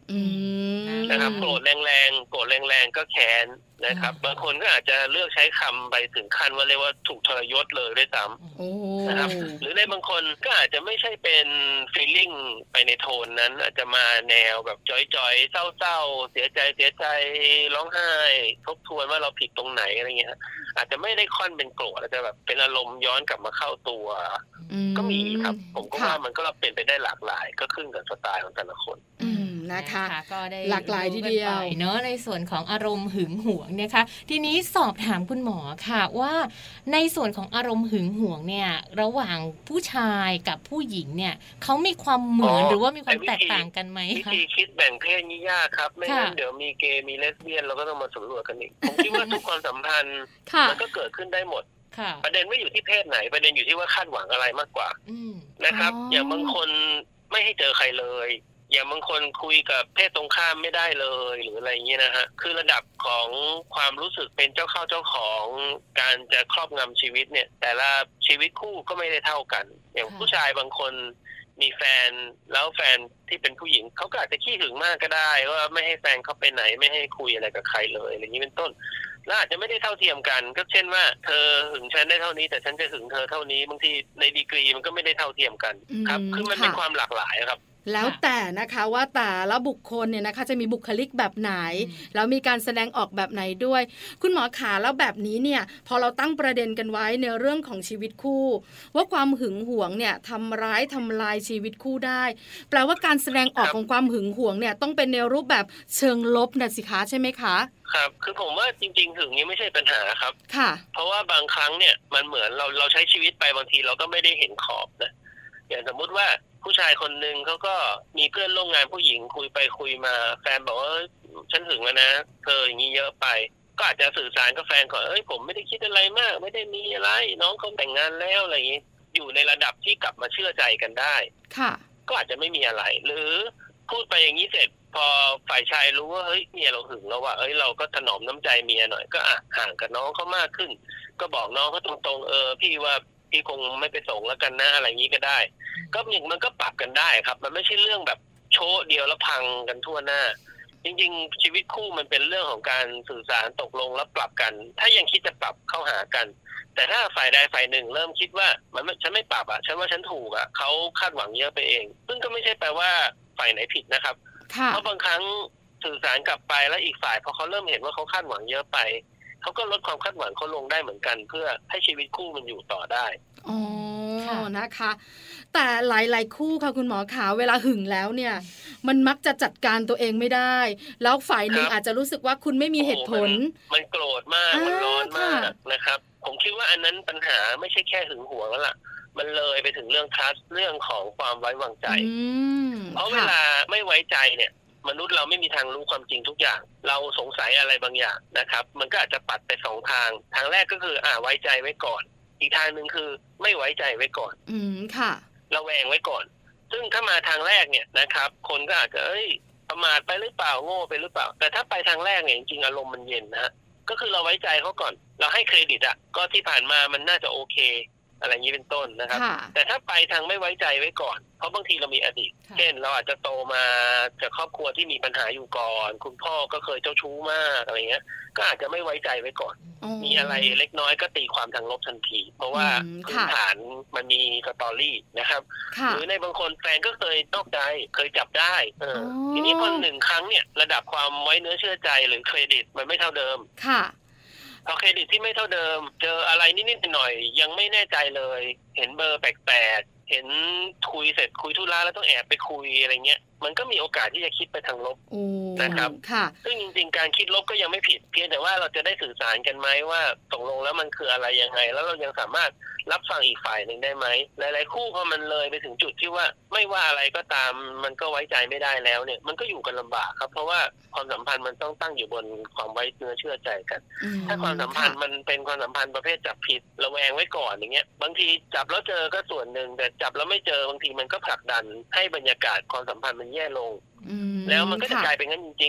นะครับโกรธแรงๆก็แค้นนะครับบางคนก็อาจจะเลือกใช้คำไปถึงขั้นว่าเรียกว่าถูกทรยศเลยด้วยซ้ำนะครับหรือในบางคนก็อาจจะไม่ใช่เป็น feeling ไปในโทนนั้นอาจจะมาแนวแบบจอยๆเศร้าๆเสียใจร้องไห้ทบทวนว่าเราผิดตรงไหนอะไรเงี้ยอาจจะไม่ได้ค่อนเป็นโกรธอาจจะแบบเป็นอารมณ์ย้อนกลับมาเข้าตัวก็มีครับผมก็ว่ามันก็เป็นไปได้หลากหลายก็ขึ้นกับสไตล์ของแต่ละคนนะคะก็ได้หลากหลายทีเดียวเนาะในส่วนของอารมณ์หึงหวงเนี่ยค่ะทีนี้สอบถามคุณหมอค่ะว่าในส่วนของอารมณ์หึงหวงเนี่ยระหว่างผู้ชายกับผู้หญิงเนี่ยเขามีความเหมือนหรือว่ามีความแตกต่างกันไหมคะวิธีคิดแบ่งเพศนี่ยากครับไม่งั้นเดี๋ยวมีเกย์มีเลสเบี้ยนเราก็ต้องมาสำรวจกันอีกผมคิดว่าทุกความสัมพันธ์มันก็เกิดขึ้นได้หมดประเด็นไม่อยู่ที่เพศไหนประเด็นอยู่ที่ว่าคาดหวังอะไรมากกว่านะครับอย่างบางคนไม่ให้เจอใครเลยอย่างบางคนคุยกับเพศตรงข้ามไม่ได้เลยหรืออะไรอย่างเงี้ยนะฮะคือระดับของความรู้สึกเป็นเจ้าเข้าเจ้าของการจะครอบงำชีวิตเนี่ยแต่ละชีวิตคู่ก็ไม่ได้เท่ากันอย่างผู้ชายบางคนมีแฟนแล้วแฟนที่เป็นผู้หญิงเขาก็อาจจะขี้หึงมากก็ได้ว่าไม่ให้แฟนเขาไปไหนไม่ให้คุยอะไรกับใครเลยอะไรอย่างนี้เป็นต้นแล้วอาจจะไม่ได้เท่าเทียมกันก็เช่นว่าเธอหึงฉันได้เท่านี้แต่ฉันจะหึงเธอเท่านี้บางทีในดีกรีมันก็ไม่ได้เท่าเทียมกันครับคือมันเป็นความหลากหลายครับแล้วแต่นะคะว่าแต่ละบุคคลเนี่ยนะคะจะมีบุคลิกแบบไหนแล้วมีการแสดงออกแบบไหนด้วยคุณหมอขาแล้วแบบนี้เนี่ยพอเราตั้งประเด็นกันไว้ในเรื่องของชีวิตคู่ว่าความหึงหวงเนี่ยทำลายชีวิตคู่ได้แปลว่าการแสดงออกของความหึงหวงเนี่ยต้องเป็นในรูปแบบเชิงลบนะสิคะใช่ไหมคะครับคือผมว่าจริงๆหึงนี่ไม่ใช่ปัญหาครับค่ะเพราะว่าบางครั้งเนี่ยมันเหมือนเราใช้ชีวิตไปบางทีเราก็ไม่ได้เห็นขอบนะอย่างสมมุติว่าผู้ชายคนนึงเขาก็มีเพื่อนร่วมงานผู้หญิงคุยไปคุยมาแฟนบอกว่าฉันหึงแล้วนะเธออย่างนี้เยอะไปก็อาจจะสื่อสารกับแฟนก่อนผมไม่ได้คิดอะไรมากไม่ได้มีอะไรน้องเขาแต่งงานแล้วอะไรอย่างนี้อยู่ในระดับที่กลับมาเชื่อใจกันได้ค่ะก็อาจจะไม่มีอะไรหรือพูดไปอย่างนี้เสร็จพอฝ่ายชายรู้ว่าเฮ้ยเมียเราหึงแล้วว่าเราก็ถนอมน้ำใจเมียหน่อยก็ห่างกับน้องเขามากขึ้นก็บอกน้องเขาตรงๆพี่ว่าพี่คงไม่ไปส่งแล้วกันนะอะไรอย่างนี้ก็ได้ก็มันก็ปรับกันได้ครับมันไม่ใช่เรื่องแบบโชว์เดียวแล้วพังกันทั่วหน้าจริงๆชีวิตคู่มันเป็นเรื่องของการสื่อสารตกลงแล้วปรับกันถ้ายังคิดจะปรับเข้าหากันแต่ถ้าฝ่ายใดฝ่ายหนึ่งเริ่มคิดว่าฉันไม่ปรับฉันว่าฉันถูกเขาคาดหวังเยอะไปเองซึ่งก็ไม่ใช่แปลว่าฝ่ายไหนผิดนะครับเพราะบางครั้งสื่อสารกลับไปแล้วอีกฝ่ายพอเขาเริ่มเห็นว่าเขาคาดหวังเยอะไปเขาก็ลดความคาดหวังเขาลงได้เหมือนกันเพื่อให้ชีวิตคู่มันอยู่ต่อได้นะคะแต่หลายๆคู่ค่ะคุณหมอขาเวลาหึงแล้วเนี่ยมันมักจะจัดการตัวเองไม่ได้แล้วฝ่ายหนึ่งอาจจะรู้สึกว่าคุณไม่มีเหตุผลมันโกรธมากมันร้อนมากนะครับผมคิดว่าอันนั้นปัญหาไม่ใช่แค่หึงหวงแล้วล่ะมันเลยไปถึงเรื่องtrustเรื่องของความไว้วางใจเพราะเวลาไม่ไว้ใจเนี่ยมนุษย์เราไม่มีทางรู้ความจริงทุกอย่างเราสงสัยอะไรบางอย่างนะครับมันก็อาจจะปัดไปสองทางทางแรกก็คือไว้ใจไว้ก่อนอีกทางนึงคือไม่ไว้ใจไว้ก่อนค่ะระแวงไว้ก่อนซึ่งถ้ามาทางแรกเนี่ยนะครับคนก็อาจจะประมาทไปหรือเปล่าโง่ไปหรือเปล่าแต่ถ้าไปทางแรกเนี่ยจริงๆอารมณ์มันเย็นนะฮะก็คือเราไว้ใจเขาก่อนเราให้เครดิตก็ที่ผ่านมามันน่าจะโอเคอะไรอย่างนี้เป็นต้นนะครับแต่ถ้าไปทางไม่ไว้ใจไว้ก่อนเพราะบางทีเรามีอดีตเช่นเราอาจจะโตมาจากครอบครัวที่มีปัญหาอยู่ก่อนคุณพ่อก็เคยเจ้าชู้มากอะไรเงี้ยก็อาจจะไม่ไว้ใจไว้ก่อนมีอะไรเล็กน้อยก็ตีความทางลบทันทีเพราะว่าพื้นฐานมันมีสตอรี่นะครับหรือในบางคนแฟนก็เคยนอกใจเคยจับได้ทีนี้พอหนึ่งครั้งเนี่ยระดับความไว้เนื้อเชื่อใจหรือเครดิตมันไม่เท่าเดิมพอเครดิตที่ไม่เท่าเดิมเจออะไรนิดๆหน่อยยังไม่แน่ใจเลยเห็นเบอร์แปลกๆเห็นคุยเสร็จคุยธุระแล้วต้องแอบไปคุยอะไรเงี้ยมันก็มีโอกาสที่จะคิดไปทางลบนะครับซึ่งจริงๆการคิดลบก็ยังไม่ผิดเพียงแต่ว่าเราจะได้สื่อสารกันไหมว่าตกลงแล้วมันคืออะไรยังไงแล้วเรายังสามารถรับฟังอีกฝ่ายหนึ่งได้ไหมหลายๆคู่พอมันเลยไปถึงจุดที่ว่าไม่ว่าอะไรก็ตามมันก็ไว้ใจไม่ได้แล้วเนี่ยมันก็อยู่กันลำบากครับเพราะว่าความสัมพันธ์มันต้องตั้งอยู่บนความไว้เนื้อเชื่อใจกันถ้าความสัมพันธ์มันเป็นความสัมพันธ์ประเภทจับผิดระแวงไว้ก่อนอย่างเงี้ยบางทีจับแล้วเจอก็ส่วนหนึ่งแต่จับแล้วไม่เจอบางทีมันก็ผลักดันให้บรรยากาศความสัมพันธ์มันแย่ลงแล้วมันก็จะกลายเป็นงั้นจริง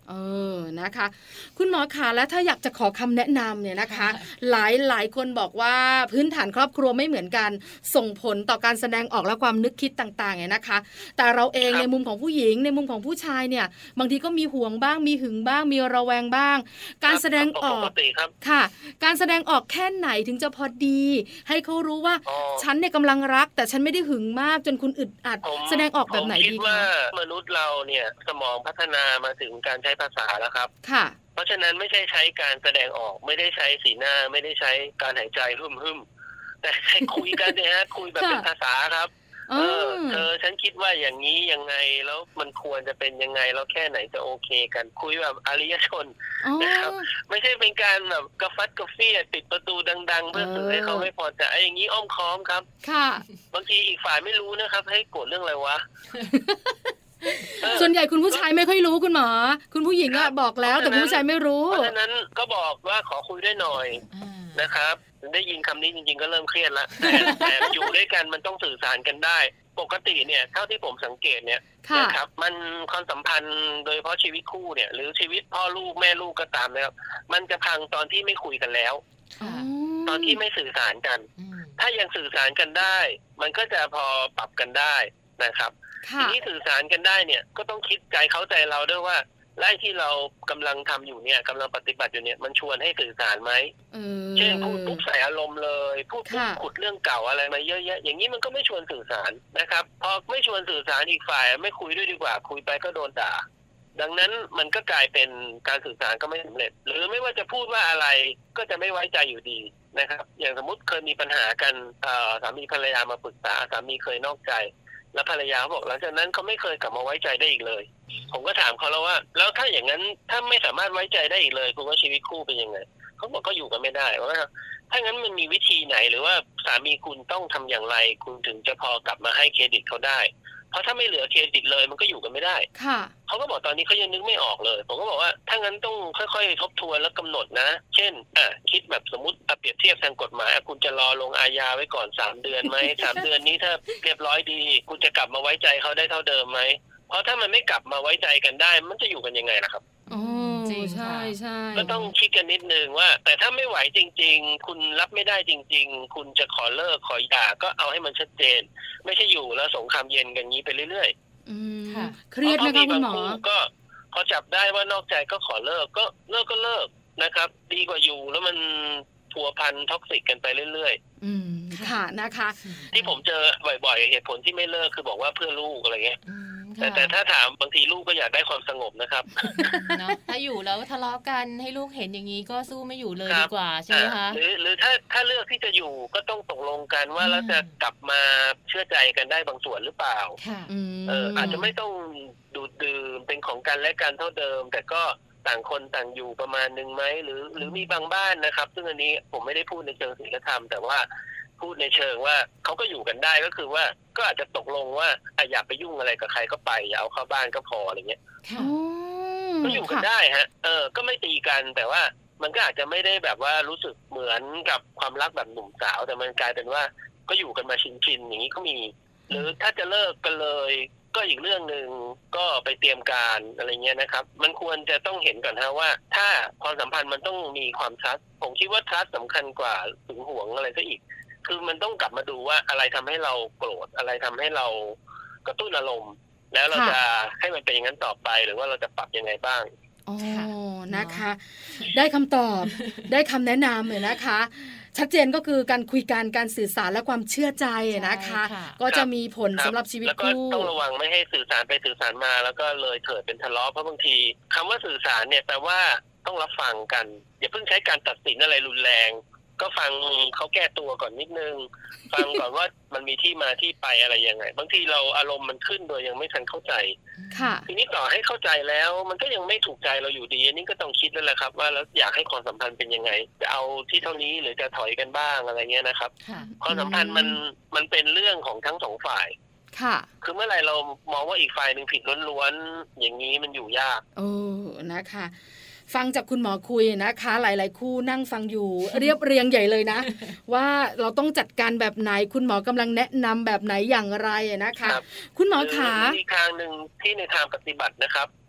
นะคะคุณหมอคะและถ้าอยากจะขอคำแนะนำเนี่ยนะคะหลายคนบอกว่าพื้นฐานครอบครัวไม่เหมือนกันส่งผลต่อการแสดงออกและความนึกคิดต่างๆเนี่ยนะคะแต่เราเองในมุมของผู้หญิงในมุมของผู้ชายเนี่ยบางทีก็มีห่วงบ้างมีหึงบ้างมีระแวงบ้างการแสดงออกค่ะการแสดงออกแค่ไหนถึงจะพอดีให้เขารู้ว่าฉันเนี่ยกำลังรักแต่ฉันไม่ได้หึงมากจนคุณอึดอัดแสดงออกแบบไหนดีคะผมคิดว่ามนุษย์เราเนี่ยสมองพัฒนามาถึงการใช้ภาษาแล้วครับค่ะเพราะฉะนั้นไม่ใช่ใช้การแสดงออกไม่ได้ใช้สีหน้าไม่ได้ใช้การหายใจหึมแต่ใช้คุยกันเนี่ยฮะคุยแบบเป็นภาษาครับเธอฉันคิดว่าอย่างนี้ยังไงแล้วมันควรจะเป็นยังไงแล้วแค่ไหนจะโอเคกันคุยแบบอริยชนนะครับไม่ใช่เป็นการแบบกระฟัดกระเฟี้ยติดประตูดังๆเพื่อสื่อให้เขาไม่พอใจอย่างนี้อ้อมค้อมครับค่ะบางทีอีกฝ่ายไม่รู้นะครับให้โกรธเรื่องอะไรวะส่วนใหญ่คุณผู้ชายไม่ค่อยรู้คุณหมอคุณผู้หญิงอะบอกแล้วแต่คุณผู้ชายไม่รู้เพราะฉะนั้นก็บอกว่าขอคุยด้วยหน่อยนะครับได้ยินคำนี้จริงๆก็เริ่มเครียดแล้วแต่อยู่ด้วยกันมันต้องสื่อสารกันได้ปกติเนี่ยเท่าที่ผมสังเกตเนี่ยนะครับมันความสัมพันธ์โดยเฉพาะชีวิตคู่เนี่ยหรือชีวิตพ่อลูกแม่ลูกก็ตามนะครับมันจะพังตอนที่ไม่คุยกันแล้วตอนที่ไม่สื่อสารกันถ้ายังสื่อสารกันได้มันก็จะพอปรับกันได้นะครับทีนี้สื่อสารกันได้เนี่ยก็ต้องคิดใจเข้าใจเราด้วยว่าไล่ที่เรากำลังทำอยู่เนี่ยกำลังปฏิบัติอยู่เนี่ยมันชวนให้สื่อสารไหมเช่นพูดปุ๊บใส่อารมณ์เลยพูดปุ๊บขุดเรื่องเก่าอะไรมาเยอะแยะอย่างนี้มันก็ไม่ชวนสื่อสารนะครับพอไม่ชวนสื่อสารอีกฝ่ายไม่คุยด้วยดีกว่าคุยไปก็โดนด่าดังนั้นมันก็กลายเป็นการสื่อสารก็ไม่สำเร็จหรือไม่ว่าจะพูดว่าอะไรก็จะไม่ไว้ใจอยู่ดีนะครับอย่างสมมติเคยมีปัญหากันสามีภรรยามาปรึกษาสามีเคยนอกใจแล้วภรรยาบอกหลังจากนั้นเขาไม่เคยกลับมาไว้ใจได้อีกเลยผมก็ถามเขาแล้วว่าแล้วถ้าอย่างนั้นถ้าไม่สามารถไว้ใจได้อีกเลยคุณว่าชีวิตคู่เป็นยังไงเขาบอกก็อยู่กันไม่ได้ว่าถ้างั้นมันมีวิธีไหนหรือว่าสามีคุณต้องทำอย่างไรคุณถึงจะพอกลับมาให้เครดิตเขาได้เพราะถ้าไม่เหลือเครดิตเลยมันก็อยู่กันไม่ได้เขาก็บอกตอนนี้เขายังนึกไม่ออกเลยผมก็บอกว่าถ้างั้นต้องค่อยๆทบทวนแล้วกำหนดนะเช่นคิดแบบสมมติเปรียบเทียบทางกฎหมายคุณจะรอลงอาญาไว้ก่อน3 เดือนไหม3 เดือนนี้ถ้าเรียบร้อยดีคุณจะกลับมาไว้ใจเขาได้เท่าเดิมไหมเพราะถ้ามันไม่กลับมาไว้ใจกันได้มันจะอยู่กันยังไงล่ะครับจริงใช่ใช่ก็ต้องคิดกันนิดนึงว่าแต่ถ้าไม่ไหวจริงๆคุณรับไม่ได้จริงๆคุณจะขอเลิกขอหย่าก็เอาให้มันชัดเจนไม่ใช่อยู่แล้วสงครามเย็นกันนี้ไปเรื่อยๆเครียดนะคะคุณหมอก็พอจับได้ว่านอกใจก็ขอเลิกก็เลิกนะครับดีกว่าอยู่แล้วมันพัวพันท็อกซิกกันไปเรื่อยๆค่ะนะคะที่ผมเจอบ่อยๆเหตุผลที่ไม่เลิกคือบอกว่าเพื่อลูกอะไรเงี้ยแต่ถ้าถามบางทีลูกก็อยากได้ความสงบนะครับเนาะถ้าอยู่แล้วทะเลาะกันให้ลูกเห็นอย่างนี้ก็สู้ไม่อยู่เลยดีกว่าใช่ไหมคะหรือถ้าเลือกที่จะอยู่ก็ต้องตกลงกันว่าแล้วจะกลับมาเชื่อใจกันได้บางส่วนหรือเปล่าอาจจะไม่ต้องดูดดื่มเป็นของกันและกันเท่าเดิมแต่ก็ต่างคนต่างอยู่ประมาณนึงไหมหรือมีบางบ้านนะครับซึ่งอันนี้ผมไม่ได้พูดในเชิงศีลธรรมแต่ว่าพูดในเชิงว่าเขาก็อยู่กันได้ก็คือว่าก็อาจจะตกลงว่าอยากไปยุ่งอะไรกับใครก็ไปอย่าเอาเข้าบ้านก็พออะไรเงี้ยก็อยู่กันได้ฮะก็ไม่ตีกันแต่ว่ามันก็อาจจะไม่ได้แบบว่ารู้สึกเหมือนกับความรักแบบหนุ่มสาวแต่มันกลายเป็นว่าก็อยู่กันมาชินๆอย่างนี้ก็มีหรือถ้าจะเลิกกันเลยก็อีกเรื่องนึงก็ไปเตรียมการอะไรเงี้ยนะครับมันควรจะต้องเห็นก่อนฮะว่าถ้าความสัมพันธ์มันต้องมีความทรัสผมคิดว่าทรัสสำคัญกว่าหึงหวงอะไรซะอีกคือมันต้องกลับมาดูว่าอะไรทำให้เราโกรธอะไรทำให้เรากระตุ้นอารมณ์แล้วเราจะให้มันเป็นอย่างนั้นต่อไปหรือว่าเราจะปรับยังไงบ้างนะคะได้คำตอบ ได้คำแนะนำเลยนะคะชัดเจนก็คือการคุยกันการสื่อสารและความเชื่อใจนะคะก็จะมีผลสำหรับชีวิตคู่แล้วก็ต้องระวังไม่ให้สื่อสารไปสื่อสารมาแล้วก็เลยเถิดเป็นทะเลาะเพราะบางทีคำว่าสื่อสารเนี่ยแปลว่าต้องรับฟังกันอย่าเพิ่งใช้การตัดสินอะไรรุนแรงก็ฟังเขาแก้ตัวก่อนนิดนึงฟังก่อนว่ามันมีที่มาที่ไปอะไรยังไงบางทีเราอารมณ์มันขึ้นโดยยังไม่ทันเข้าใจทีนี้ต่อให้เข้าใจแล้วมันก็ยังไม่ถูกใจเราอยู่ดีอันนี้ก็ต้องคิดแล้วแหละครับว่าแล้วอยากให้ความสัมพันธ์เป็นยังไงจะเอาที่เท่านี้หรือจะถอยกันบ้างอะไรเงี้ยนะครับความสัมพันธ์มันเป็นเรื่องของทั้งสองฝ่ายคือเมื่อไหร่เรามองว่าอีกฝ่ายนึงผิดล้วนๆอย่างนี้มันอยู่ยากนะคะฟังจากคุณหมอคุยนะคะหลายๆคู่นั่งฟังอยู่เรียบเรียงใหญ่เลยนะว่าเราต้องจัดการแบบไหนคุณหมอกำลังแนะนำแบบไหนอย่างไรนะคะคุณหมอขาอีกทางนึงที่ในทางปฏิบัตินะครับ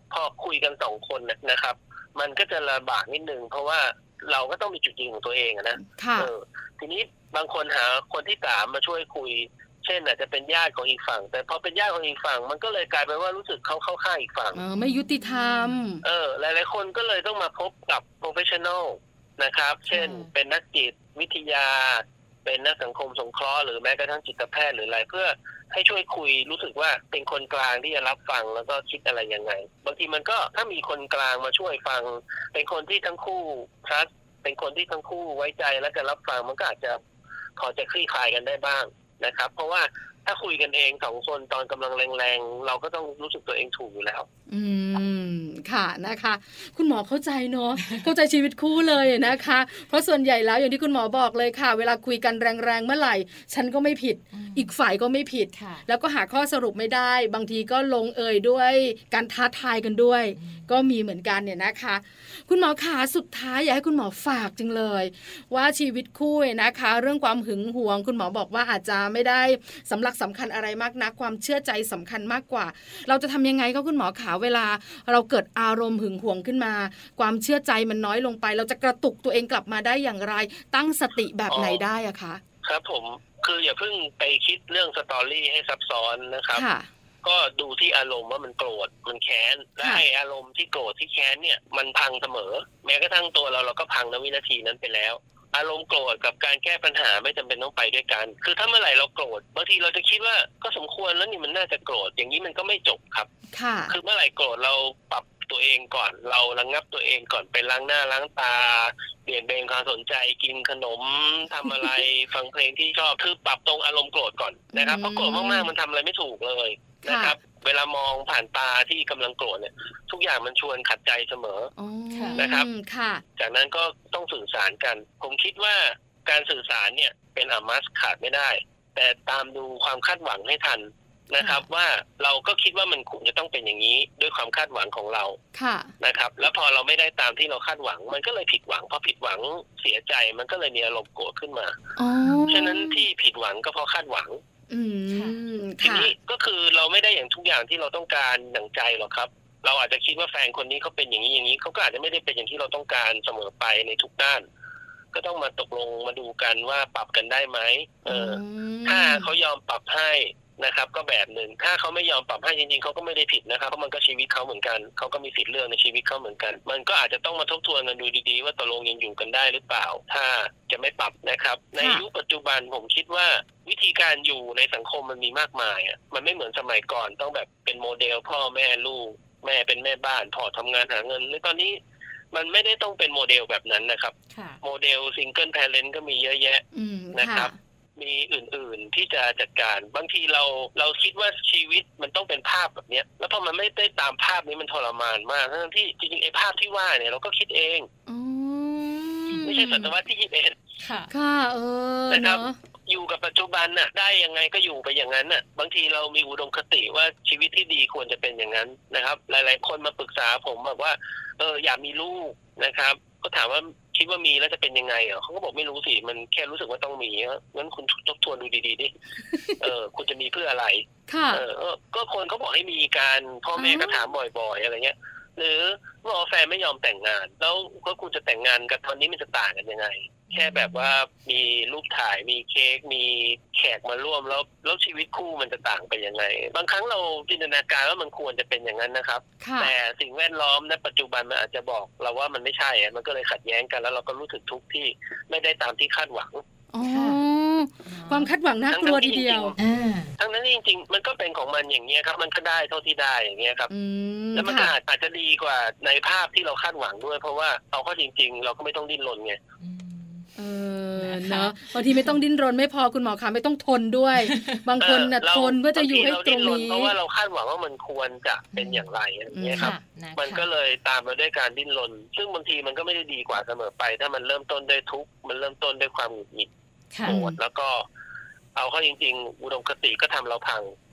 พอคุยกัน2 คนนะครับมันก็จะลำบากนิดนึงเพราะว่าเราก็ต้องมีจุดยืนของตัวเองนะทีนี้บางคนหาคนที่3มาช่วยคุยเช่นอาจจะเป็นญาติของอีกฝั่งแต่พอเป็นญาติของอีกฝั่งมันก็เลยกลายเป็นว่ารู้สึกเขาเข้าข้างอีกฝั่งไม่ยุติธรรมหลายๆคนก็เลยต้องมาพบกับ professional นะครับเช่นเป็นนักจิตวิทยาเป็นนักสังคมสงเคราะห์หรือแม้กระทั่งจิตแพทย์หรืออะไรเพื่อให้ช่วยคุยรู้สึกว่าเป็นคนกลางที่จะรับฟังแล้วก็คิดอะไรยังไงบางทีมันก็ถ้ามีคนกลางมาช่วยฟังเป็นคนที่ทั้งคู่ trust เป็นคนที่ทั้งคู่ไว้ใจและจะรับฟังมันก็อาจจะพอจะคลี่คลายกันได้บ้างนะครับเพราะว่าถ้าคุยกันเอง2 คนตอนกำลังแรงๆเราก็ต้องรู้สึกตัวเองถูกอยู่แล้วค่ะนะคะคุณหมอเข้าใจเนาะ เข้าใจชีวิตคู่เลยนะคะเพราะส่วนใหญ่แล้วอย่างที่คุณหมอบอกเลยค่ะเวลาคุยกันแรงๆเมื่อไหร่ฉันก็ไม่ผิดอีกฝ่ายก็ไม่ผิดแล้วก็หาข้อสรุปไม่ได้บางทีก็ลงเอยด้วยการท้าทายกันด้วยก็มีเหมือนกันเนี่ยนะคะคุณหมอขาสุดท้ายอยากให้คุณหมอฝากจังเลยว่าชีวิตคู่นะคะเรื่องความหึงหวงคุณหมอบอกว่าอาจจะไม่ได้สำคัญอะไรมากนักความเชื่อใจสำคัญมากกว่าเราจะทำยังไงก็คุณหมอขาเวลาเราเกิดอารมณ์หึงหวงขึ้นมาความเชื่อใจมันน้อยลงไปเราจะกระตุกตัวเองกลับมาได้อย่างไรตั้งสติแบบไหนได้อะคะครับผมคืออย่าเพิ่งไปคิดเรื่องสตอรี่ให้ซับซ้อนนะครับก็ดูที่อารมณ์ว่ามันโกรธมันแค้นและไอ้อารมณ์ที่โกรธที่แค้นเนี่ยมันพังเสมอแม้กระทั่งตัวเราก็พังในวินาทีนั้นไปแล้วอารมณ์โกรธกับการแก้ปัญหาไม่จำเป็นต้องไปด้วยกันคือถ้าเมื่อไหร่เราโกรธบางทีเราจะคิดว่าก็สมควรแล้วนี่มันน่าจะโกรธอย่างนี้มันก็ไม่จบครับคือเมื่อไหร่โกรธเราปรับตัวเองก่อนเราระงับตัวเองก่อนไปล้างหน้าล้างตาเปลี่ยนเบนความสนใจกินขนมทำอะไร ฟังเพลงที่ชอบคือปรับตรงอารมณ์โกรธก่อนนะครับเพราะโกรธมากๆมันทำอะไรไม่ถูกเลยนะครับเวลามองผ่านตาที่กำลังโกรธเนี่ยทุกอย่างมันชวนขัดใจเสมอนะครับจากนั้นก็ต้องสื่อสารกันผมคิดว่าการสื่อสารเนี่ยเป็นmustขาดไม่ได้แต่ตามดูความคาดหวังให้ทันนะครับว่าเราก็คิดว่ามันควรจะต้องเป็นอย่างนี้ด้วยความคาดหวังของเรานะครับแล้วพอเราไม่ได้ตามที่เราคาดหวังมันก็เลยผิดหวังพอผิดหวังเสียใจมันก็เลยมีอารมณ์โกรธขึ้นมาฉะนั้นที่ผิดหวังก็เพราะคาดหวังทีนี้ก็คือเราไม่ได้อย่างทุกอย่างที่เราต้องการดั่งใจหรอกครับเราอาจจะคิดว่าแฟนคนนี้เขาเป็นอย่างนี้อย่างนี้เขาก็อาจจะไม่ได้เป็นอย่างที่เราต้องการเสมอไปในทุกด้านก็ต้องมาตกลงมาดูกันว่าปรับกันได้ไหมถ้าเขายอมปรับให้นะครับก็แบบหนึ่งถ้าเขาไม่ยอมปรับให้จริงๆเขาก็ไม่ได้ผิดนะครับเพราะมันก็ชีวิตเขาเหมือนกันเขาก็มีสิทธิ์เลือกในชีวิตเขาเหมือนกันมันก็อาจจะต้องมาทบทวนกันดูดีๆว่าตกลงยังอยู่กันได้หรือเปล่าถ้าจะไม่ปรับนะครับในยุคปัจจุบันผมคิดว่าวิธีการอยู่ในสังคมมันมีมากมายอ่ะมันไม่เหมือนสมัยก่อนต้องแบบเป็นโมเดลพ่อแม่ลูกแม่เป็นแม่บ้านพ่อทำงานหาเงินในตอนนี้มันไม่ได้ต้องเป็นโมเดลแบบนั้นนะครับโมเดลซิงเกิลแพเรนต์ก็มีเยอะแยะนะครับมีอื่นๆที่จะจัดการบางทีเราคิดว่าชีวิตมันต้องเป็นภาพแบบนี้แล้วพอมันไม่ได้ตามภาพนี้มันทรมานมากทั้งที่จริงๆไอ้ภาพที่ว่าเนี่ยเราก็คิดเองไม่ใช่ศตวรรษที่21 ค่ะนะครับอยู่กับปัจจุบันน่ะได้ยังไงก็อยู่ไปอย่างนั้นน่ะบางทีเรามีอุดมคติว่าชีวิตที่ดีควรจะเป็นอย่างนั้นนะครับหลายๆคนมาปรึกษาผมบอกว่าอยากมีลูกนะครับก็ถามว่าคิดว่ามีแล้วจะเป็นยังไงเขาก็บอกไม่รู้สิมันแค่รู้สึกว่าต้องมีงั้นคุณทบทวนดูดีๆดิคุณจะมีเพื่ออะไรก็คนเขาบอกให้มีการพ่อแม่ก็ถามบ่อยๆอะไรเงี้ยหรือว่าแฟนไม่ยอมแต่งงานแล้วก็คุณจะแต่งงานกับตอนนี้มันจะต่างกันยังไงแค่แบบว่ามีรูปถ่ายมีเค้กมีแขกมาร่วมแล้วชีวิตคู่มันจะต่างไปยังไงบางครั้งเราจินตนาการว่ามันควรจะเป็นอย่างนั้นนะครับแต่สิ่งแวดล้อมในปัจจุบันมันอาจจะบอกเราว่ามันไม่ใช่มันก็เลยขัดแย้งกันแล้วเราก็รู้สึกทุกข์ที่ไม่ได้ตามที่คาดหวังความคาดหวังน่ากลัวทีเดียวทั้งนั้นจริงๆมันก็เป็นของมันอย่างเงี้ยครับมันก็ได้เท่าที่ได้อย่างเงี้ยครับแล้วมันอาจจะดีกว่าในภาพที่เราคาดหวังด้วยเพราะว่าเอาเข้าจริงๆเราก็ไม่ต้องดิ้นรนไงเนาะบางทีไม่ต้องดิ้นรนไม่พอคุณหมอคะไม่ต้องทนด้วยบางคนน่ะทนเพื่อจะอยู่ให้ตรงนี้เพราะว่าเราคาดหวังว่ามันควรจะเป็นอย่างไรอย่างเงี้ยครับมันก็เลยตามมาด้วยการดิ้นรนซึ่งบางทีมันก็ไม่ได้ดีกว่าเสมอไปถ้ามันเริ่มต้นด้วยทุกข์มันเริ่มต้นด้วยความหงุดหงิดโกรธแล้วก็เอาเข้าจริงๆอุดมคติก็ทำเราพัง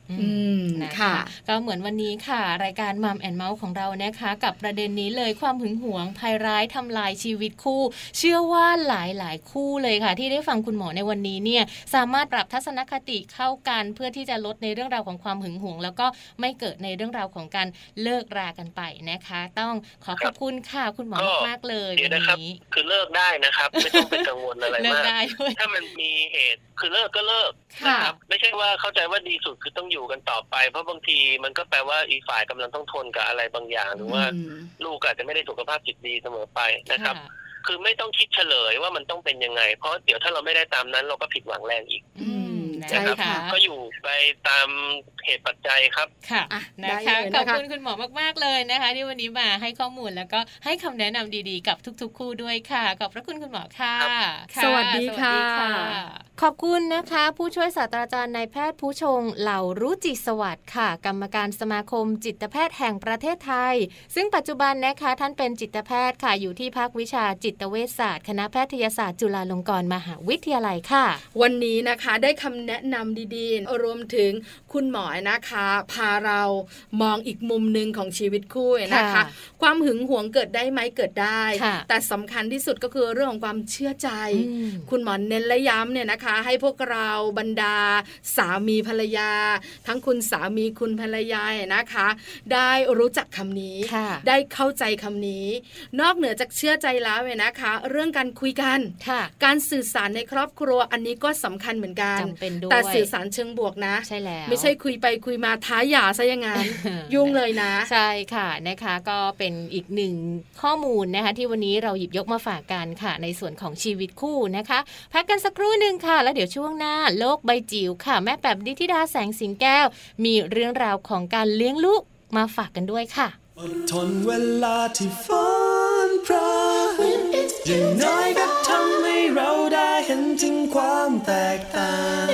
นะคะก็เหมือนวันนี้ค่ะรายการมัมแอนด์เมาส์ของเรานะคะกับประเด็นนี้เลยความหึงหวงภัยร้ายทำลายชีวิตคู่เชื่อว่าหลายคู่เลยค่ะที่ได้ฟังคุณหมอในวันนี้เนี่ยสามารถปรับทัศนคติเข้ากันเพื่อที่จะลดในเรื่องราวของความหึงหวงแล้วก็ไม่เกิดในเรื่องราวของการเลิกรากันไปนะคะต้องขอบคุณค่ะคุณหมอมากๆเลยวันนี้คือเลิกได้นะครับไม่ต้องไปกังวลอะไรมากถ้ามันมีเหตุคือเลิกก็เลิกนะครับไม่ใช่ว่าเข้าใจว่าดีสุดคือต้องอยู่กันต่อไปเพราะบางทีมันก็แปลว่าอีกฝ่ายกำลังต้องทนกับอะไรบางอย่างหรือว่าลูกอาจจะไม่ได้สุขภาพจิตดีเสมอไปนะครับคือไม่ต้องคิดเฉลยว่ามันต้องเป็นยังไงเพราะเดี๋ยวถ้าเราไม่ได้ตามนั้นเราก็ผิดหวังแรงอีกใช่ค่ะก็อยู่ไปตามเหตุปัจจัยครับค่ะนะคะขอบคุณคุณหมอมากๆเลยนะคะที่วันนี้มาให้ข้อมูลแล้วก็ให้คำแนะนำดีๆกับทุกๆคู่ด้วยค่ะขอบพระคุณคุณหมอค่ะสวัสดีค่ะขอบคุณนะคะผู้ช่วยศาสตราจารย์นายแพทย์ผู้ชงเหล่ารู้จิตสวัสดิ์ค่ะกรรมการสมาคมจิตแพทย์แห่งประเทศไทยซึ่งปัจจุบันนะคะท่านเป็นจิตแพทย์ค่ะอยู่ที่ภาควิชาจิตเวชศาสตร์คณะแพทยศาสตร์จุฬาลงกรณ์มหาวิทยาลัยค่ะวันนี้นะคะได้คำแนะนำดีๆรวมถึงคุณหมอนะคะพาเรามองอีกมุมนึงของชีวิตคู่นะคะความหึงหวงเกิดได้ไหมเกิดได้แต่สำคัญที่สุดก็คือเรื่องของความเชื่อใจคุณหมอเน้นและย้ำเนี่ยนะคะให้พวกเราบรรดาสามีภรรยาทั้งคุณสามีคุณภรรยานะคะได้รู้จักคำนี้ได้เข้าใจคำนี้นอกเหนือจากเชื่อใจแล้วเนี่ยนะคะเรื่องการคุยกันการสื่อสารในครอบครัวอันนี้ก็สำคัญเหมือนกันแต่สื่อสารเชิงบวกนะใช่แล้วไม่ใช่คุยไปคุยมาท้าหย่าซะอย่างนั้น ยุ่งเลยนะใช่ค่ะนะคะก็เป็นอีกหนึ่งข้อมูลนะคะที่วันนี้เราหยิบยกมาฝากกันค่ะในส่วนของชีวิตคู่นะคะพักกันสักครู่นึงค่ะแล้วเดี๋ยวช่วงหน้าโลกใบจิ๋วค่ะแม่แป๋มนิธิดาแสงสิงแก้วมีเรื่องราวของการเลี้ยงลูกมาฝากกันด้วยค่ะอดทนเวลาที่ฝนพรำอย่างน้อยก็ทำให้เราได้เห็นถึงความแตกต่าง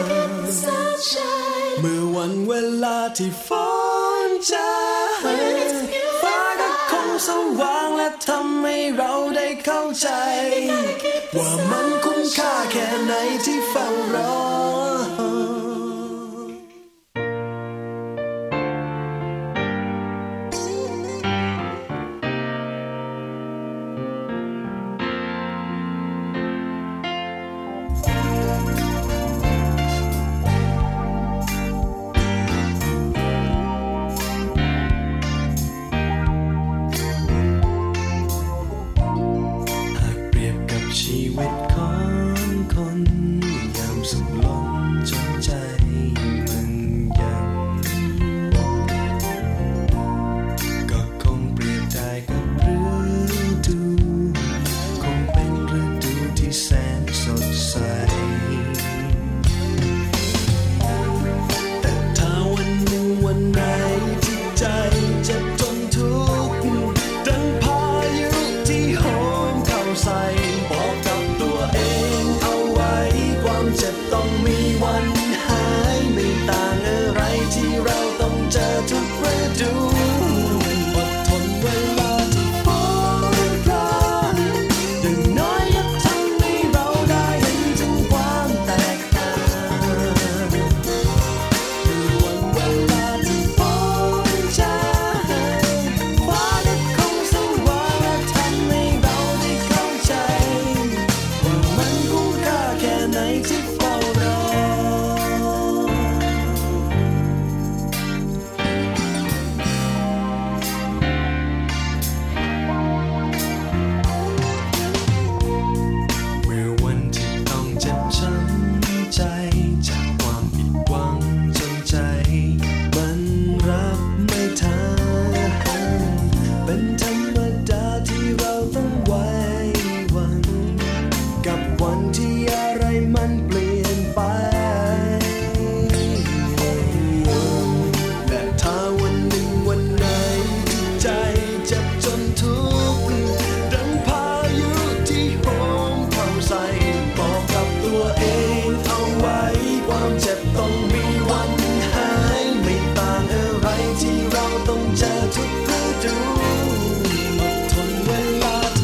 เมื่อวันเวลาที่ฝนจะฟ้าก็คงสว่างและทำให้เราได้เข้าใจว่ามันคุ้มค่าแค่ไหนที่เฝ้ารอชีวิตของคนยามสุขล้นจนใจมันยังก็คงเปรียบได้กับฤดูคงเป็นฤดูที่แสนสดใสแต่ถ้าวันหนึ่งวันไหนที่ใจเจ็บจนทุกข์ดังพายุที่โหมเข้าใส่เจ็บต้องมีวันหายไม่ต่างอะไรที่เราต้องเจอทุกฤดูอดทนเวลาที่ฝนพรำอย่างน้อยก็ทำให้เราได้เห็นถึงความแตกต่างวันเวลาที่ฝนจะฟ้าก็คงสว่างและทำให้เราได้เข้าใจว่ามันคุ้มค่าแค่ไหนที่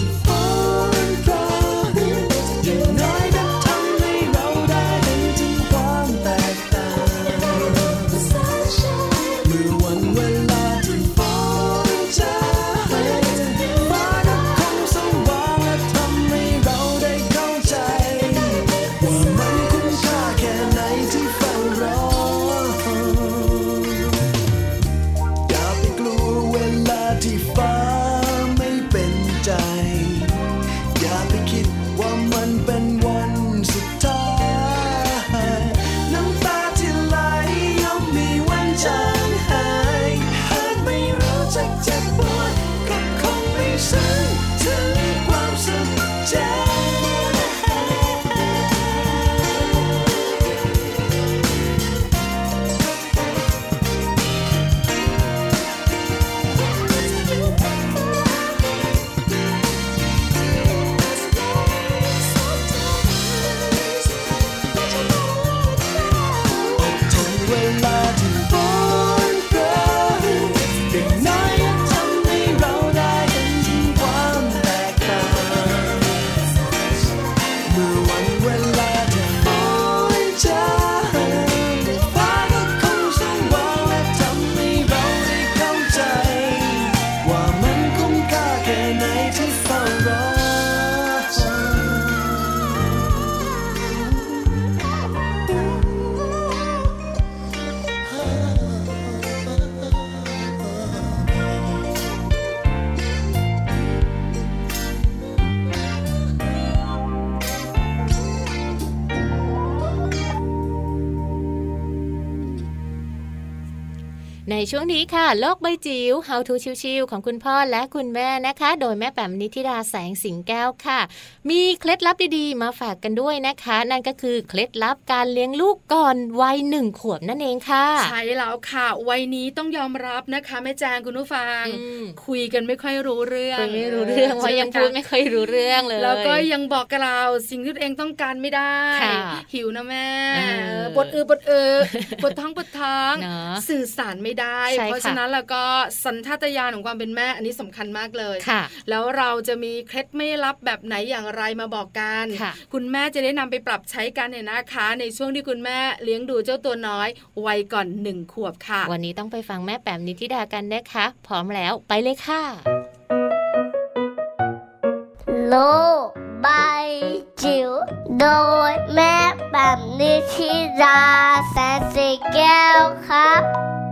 คในช่วงนี้ค่ะโลกใบจิ๋ว How to ชิวๆของคุณพ่อและคุณแม่นะคะโดยแม่แป๋มนิธิดาแสงสิงแก้วค่ะมีเคล็ดลับดีๆมาฝากกันด้วยนะคะนั่นก็คือเคล็ดลับการเลี้ยงลูกก่อนวัย1 ขวบนั่นเองค่ะใช่แล้วค่ะวัยนี้ต้องยอมรับนะคะแม่แจงคุณผู้ฟังคุยกันไม่ค่อยรู้เรื่องว่ายังพูดไม่ค่อยรู้เรื่องเลยแล้วก็ยังบอกกับเราสิ่งที่ตัวเองต้องการไม่ได้หิวนะแม่ปวดปวดท้องสื่อสารไม่ได้เพราะฉะนั้นแล้วก็สัญชาตญาณของความเป็นแม่อันนี้สำคัญมากเลยแล้วเราจะมีเคล็ดไม่ลับแบบไหนอย่างไรมาบอกกันคุณแม่จะได้นำไปปรับใช้กันเนี่ยนะคะในช่วงที่คุณแม่เลี้ยงดูเจ้าตัวน้อยวัยก่อน1 ขวบค่ะวันนี้ต้องไปฟังแม่แป๋มนิธิดากันนะคะพร้อมแล้วไปเลยค่ะโลกใบจิ๋วโดยแม่แป๋มนิธิดาแสนสีแก้วครับ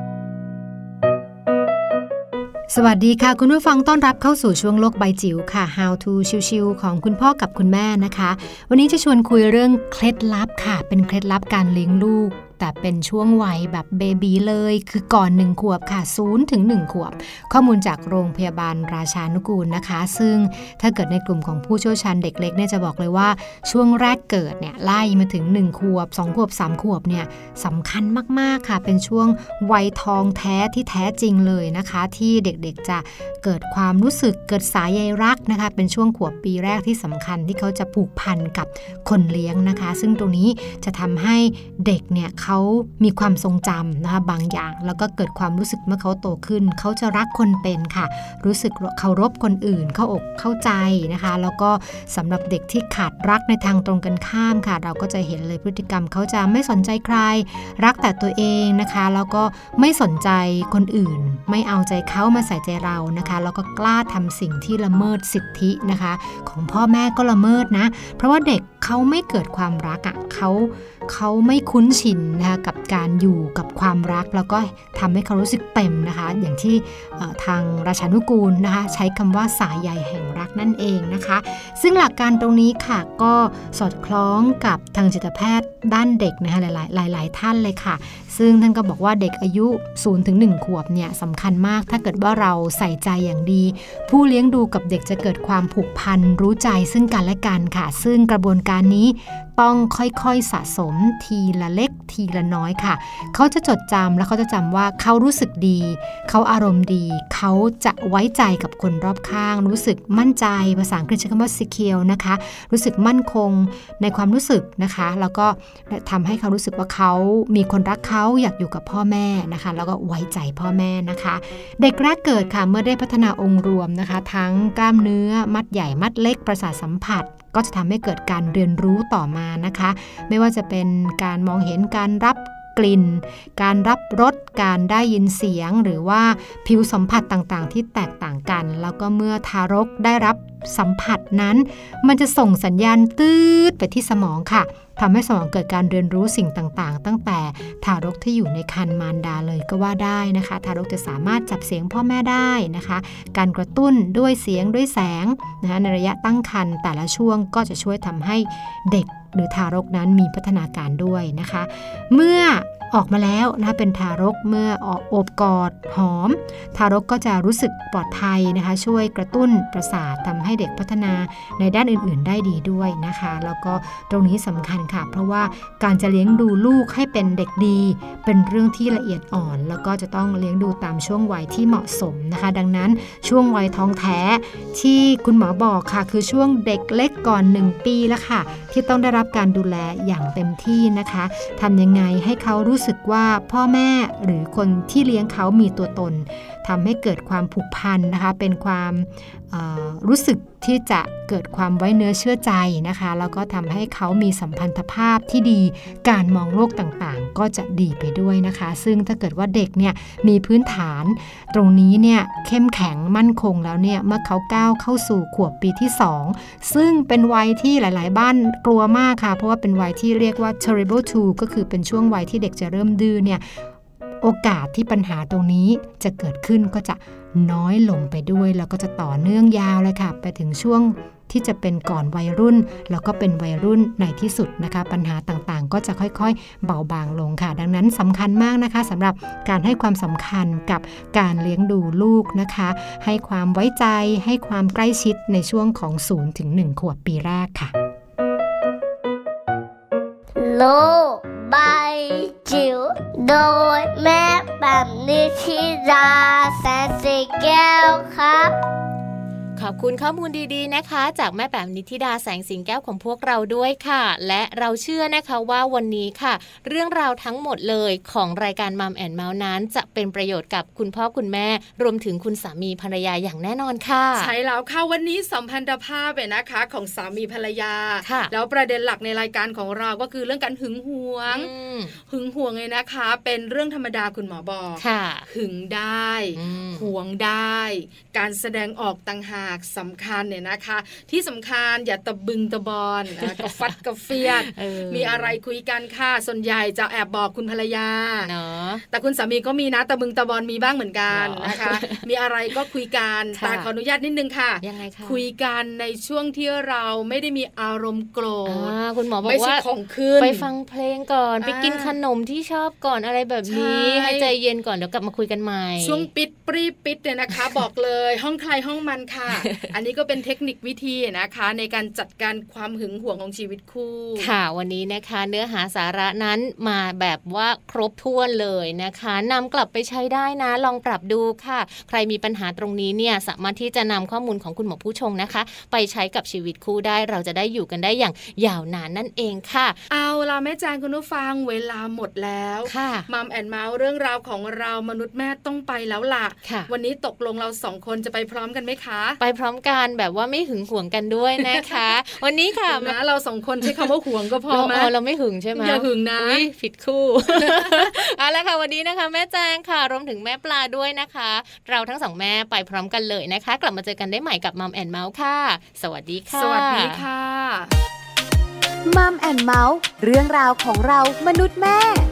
สวัสดีค่ะคุณผู้ฟังต้อนรับเข้าสู่ช่วงโลกใบจิ๋วค่ะ How to ชิวๆของคุณพ่อกับคุณแม่นะคะวันนี้จะชวนคุยเรื่องเคล็ดลับค่ะเป็นเคล็ดลับการเลี้ยงลูกแต่เป็นช่วงวัยแบบเบบีเลยคือก่อน1 ขวบค่ะ0 ถึง 1 ขวบข้อมูลจากโรงพยาบาลราชานุกูลนะคะซึ่งถ้าเกิดในกลุ่มของผู้เชี่ยวชาญเด็กเล็กเนี่ยจะบอกเลยว่าช่วงแรกเกิดเนี่ยไล่มาถึง1 ขวบ2 ขวบ3 ขวบเนี่ยสำคัญมากๆค่ะเป็นช่วงวัยทองแท้ที่แท้จริงเลยนะคะที่เด็กๆจะเกิดความรู้สึกเกิดสายใยรักนะคะเป็นช่วงขวบปีแรกที่สำคัญที่เขาจะผูกพันกับคนเลี้ยงนะคะซึ่งตรงนี้จะทำให้เด็กเนี่ยเขามีความทรงจำนะคะบางอย่างแล้วก็เกิดความรู้สึกเมื่อเขาโตขึ้นเขาจะรักคนเป็นค่ะรู้สึกเคารพคนอื่นเข้าอกเข้าใจนะคะแล้วก็สำหรับเด็กที่ขาดรักในทางตรงกันข้ามค่ะเราก็จะเห็นเลยพฤติกรรมเขาจะไม่สนใจใครรักแต่ตัวเองนะคะแล้วก็ไม่สนใจคนอื่นไม่เอาใจเขามาใส่ใจเรานะคะแล้วก็กล้าทำสิ่งที่ละเมิดสิทธินะคะของพ่อแม่ก็ละเมิดนะเพราะว่าเด็กเขาไม่เกิดความรักอ่ะเขาไม่คุ้นชินนะคะกับการอยู่กับความรักแล้วก็ทำให้เขารู้สึกเต็มนะคะอย่างที่ทางราชานุกูลนะคะใช้คำว่าสายใยแห่งรักนั่นเองนะคะซึ่งหลักการตรงนี้ค่ะก็สอดคล้องกับทางจิตแพทย์ด้านเด็กนะคะหลายท่านเลยค่ะซึ่งท่านก็บอกว่าเด็กอายุ0 ถึง 1 ขวบเนี่ยสำคัญมากถ้าเกิดว่าเราใส่ใจอย่างดีผู้เลี้ยงดูกับเด็กจะเกิดความผูกพันรู้ใจซึ่งกันและกันค่ะซึ่งกระบวนการนี้ต้องค่อยๆสะสมทีละเล็กทีละน้อยค่ะเขาจะจดจำและเขาจะจำว่าเขารู้สึกดีเขาอารมณ์ดีเขาจะไว้ใจกับคนรอบข้างรู้สึกมั่นใจภาษาอังกฤษใช้คำว่า secure นะคะรู้สึกมั่นคงในความรู้สึกนะคะแล้วก็ทำให้เขารู้สึกว่าเขามีคนรักเขาอยากอยู่กับพ่อแม่นะคะแล้วก็ไว้ใจพ่อแม่นะคะเด็กแรกเกิดค่ะเมื่อได้พัฒนาองค์รวมนะคะทั้งกล้ามเนื้อมัดใหญ่มัดเล็กประสาทสัมผัสก็จะทำให้เกิดการเรียนรู้ต่อมานะคะไม่ว่าจะเป็นการมองเห็นการรับกลิ่นการรับรสการได้ยินเสียงหรือว่าผิวสัมผัสต่างๆที่แตกต่างกันแล้วก็เมื่อทารกได้รับสัมผัสนั้นมันจะส่งสัญญาณตืดไปที่สมองค่ะทำให้สมองเกิดการเรียนรู้สิ่งต่างๆตั้งแต่ทารกที่อยู่ในครรภ์มารดาเลยก็ว่าได้นะคะทารกจะสามารถจับเสียงพ่อแม่ได้นะคะการกระตุ้นด้วยเสียงด้วยแสงนะคะในระยะตั้งครรภ์แต่ละช่วงก็จะช่วยทำให้เด็กหรือทารกนั้นมีพัฒนาการด้วยนะคะเมื่อออกมาแล้วนะคะเป็นทารกเมื่อโอบกอดหอมทารกก็จะรู้สึกปลอดภัยนะคะช่วยกระตุ้นประสาททำให้เด็กพัฒนาในด้านอื่นๆได้ดีด้วยนะคะแล้วก็ตรงนี้สำคัญค่ะเพราะว่าการจะเลี้ยงดูลูกให้เป็นเด็กดีเป็นเรื่องที่ละเอียดอ่อนแล้วก็จะต้องเลี้ยงดูตามช่วงวัยที่เหมาะสมนะคะดังนั้นช่วงวัยท้องแท้ที่คุณหมอบอกค่ะคือช่วงเด็กเล็กก่อน1 ปีแล้วค่ะที่ต้องได้รับการดูแลอย่างเต็มที่นะคะทำยังไงให้เขารู้สึกว่าพ่อแม่หรือคนที่เลี้ยงเขามีตัวตนทำให้เกิดความผูกพันนะคะเป็นความรู้สึกที่จะเกิดความไว้เนื้อเชื่อใจนะคะแล้วก็ทำให้เขามีสัมพันธภาพที่ดีการมองโลกต่างๆก็จะดีไปด้วยนะคะซึ่งถ้าเกิดว่าเด็กเนี่ยมีพื้นฐานตรงนี้เนี่ยเข้มแข็งมั่นคงแล้วเนี่ยเมื่อเขาก้าวเข้าสู่ขวบปีที่2ซึ่งเป็นวัยที่หลายๆบ้านกลัวมากค่ะเพราะว่าเป็นวัยที่เรียกว่า terrible 2 ก็คือเป็นช่วงวัยที่เด็กจะเริ่มดื้อเนี่ยโอกาสที่ปัญหาตรงนี้จะเกิดขึ้นก็จะน้อยลงไปด้วยแล้วก็จะต่อเนื่องยาวเลยค่ะไปถึงช่วงที่จะเป็นก่อนวัยรุ่นแล้วก็เป็นวัยรุ่นในที่สุดนะคะปัญหาต่างๆก็จะค่อยๆเบาบางลงค่ะดังนั้นสำคัญมากนะคะสำหรับการให้ความสำคัญกับการเลี้ยงดูลูกนะคะให้ความไว้ใจให้ความใกล้ชิดในช่วงของ0 ถึง 1 ขวบปีแรกค่ะโลกใบจิ๋วโดยแม่แบบนิชิราแสนสีแก้วครับขอบคุณข้อมูลดีๆนะคะจากแม่แป๋มนิธิดาแสงสิงแก้วของพวกเราด้วยค่ะและเราเชื่อนะคะว่าวันนี้ค่ะเรื่องราวทั้งหมดเลยของรายการมัมแอนด์เมาส์นั้นจะเป็นประโยชน์กับคุณพ่อคุณแม่รวมถึงคุณสามีภรรยาอย่างแน่นอนค่ะใช่แล้วค่ะวันนี้สัมพันธภาพเนี่ยนะคะของสามีภรรยาแล้วประเด็นหลักในรายการของเราก็คือเรื่องการหึงหวงเลยนะคะเป็นเรื่องธรรมดาคุณหมอบอกหึงได้หวงได้การแสดงออกต่างหากสำคัญเนี่ยนะคะที่สำคัญอย่าตะบึงตะบอนกระฟัดกระเฟียดมีอะไรคุยกันค่ะส่วนใหญ่จะแอบบอกคุณภรรยาเนาะแต่คุณสามีก็มีนะตะบึงตะบอนมีบ้างเหมือนกันนะคะมีอะไรก็คุยกันแต่ขออนุญาตนิดนึงค่ะยังไงคะคุยกันในช่วงที่เราไม่ได้มีอารมณ์โกรธคุณหมอบอกว่าของขึ้นไปฟังเพลงก่อนไปกินขนมที่ชอบก่อนอะไรแบบนี้ให้ใจเย็นก่อนเดี๋ยวกลับมาคุยกันใหม่ช่วงปิดปรีปิดเนี่ยนะคะบอกเลยห้องใครห้องมันค่ะ อันนี้ก็เป็นเทคนิควิธีนะคะในการจัดการความหึงหวงของชีวิตคู่ค่ะวันนี้นะคะเนื้อหาสาระนั้นมาแบบว่าครบถ้วนเลยนะคะนำกลับไปใช้ได้นะลองปรับดูค่ะใครมีปัญหาตรงนี้เนี่ยสามารถที่จะนำข้อมูลของคุณหมอผู้ชงนะคะไปใช้กับชีวิตคู่ได้เราจะได้อยู่กันได้อย่างยาวนานนั่นเองค่ะเอาล่ะแม่แจงคุณผู้ฟังเวลาหมดแล้วมัมแอนด์เมาส์เรื่องราวของเรามนุษย์แม่ต้องไปแล้วล่ะวันนี้ตกลงเรา2คนจะไปพร้อมกันไหมคะไปพร้อมกันแบบว่าไม่หึงหวงกันด้วยนะคะวันนี้ค่ะนะเรา2คนใช้คำว่าหวงก็พอไหมเราไม่หึงใช่ไหมอย่าหึงนะผิดคู่ เอาละค่ะวันนี้นะคะแม่แจงค่ะรวมถึงแม่ปลาด้วยนะคะเราทั้ง2แม่ไปพร้อมกันเลยนะคะกลับมาเจอกันได้ใหม่กับมัมแอนด์เมาส์ค่ะสวัสดีค่ะสวัสดีค่ะมัมแอนด์เมาส์เรื่องราวของเรามนุษย์แม่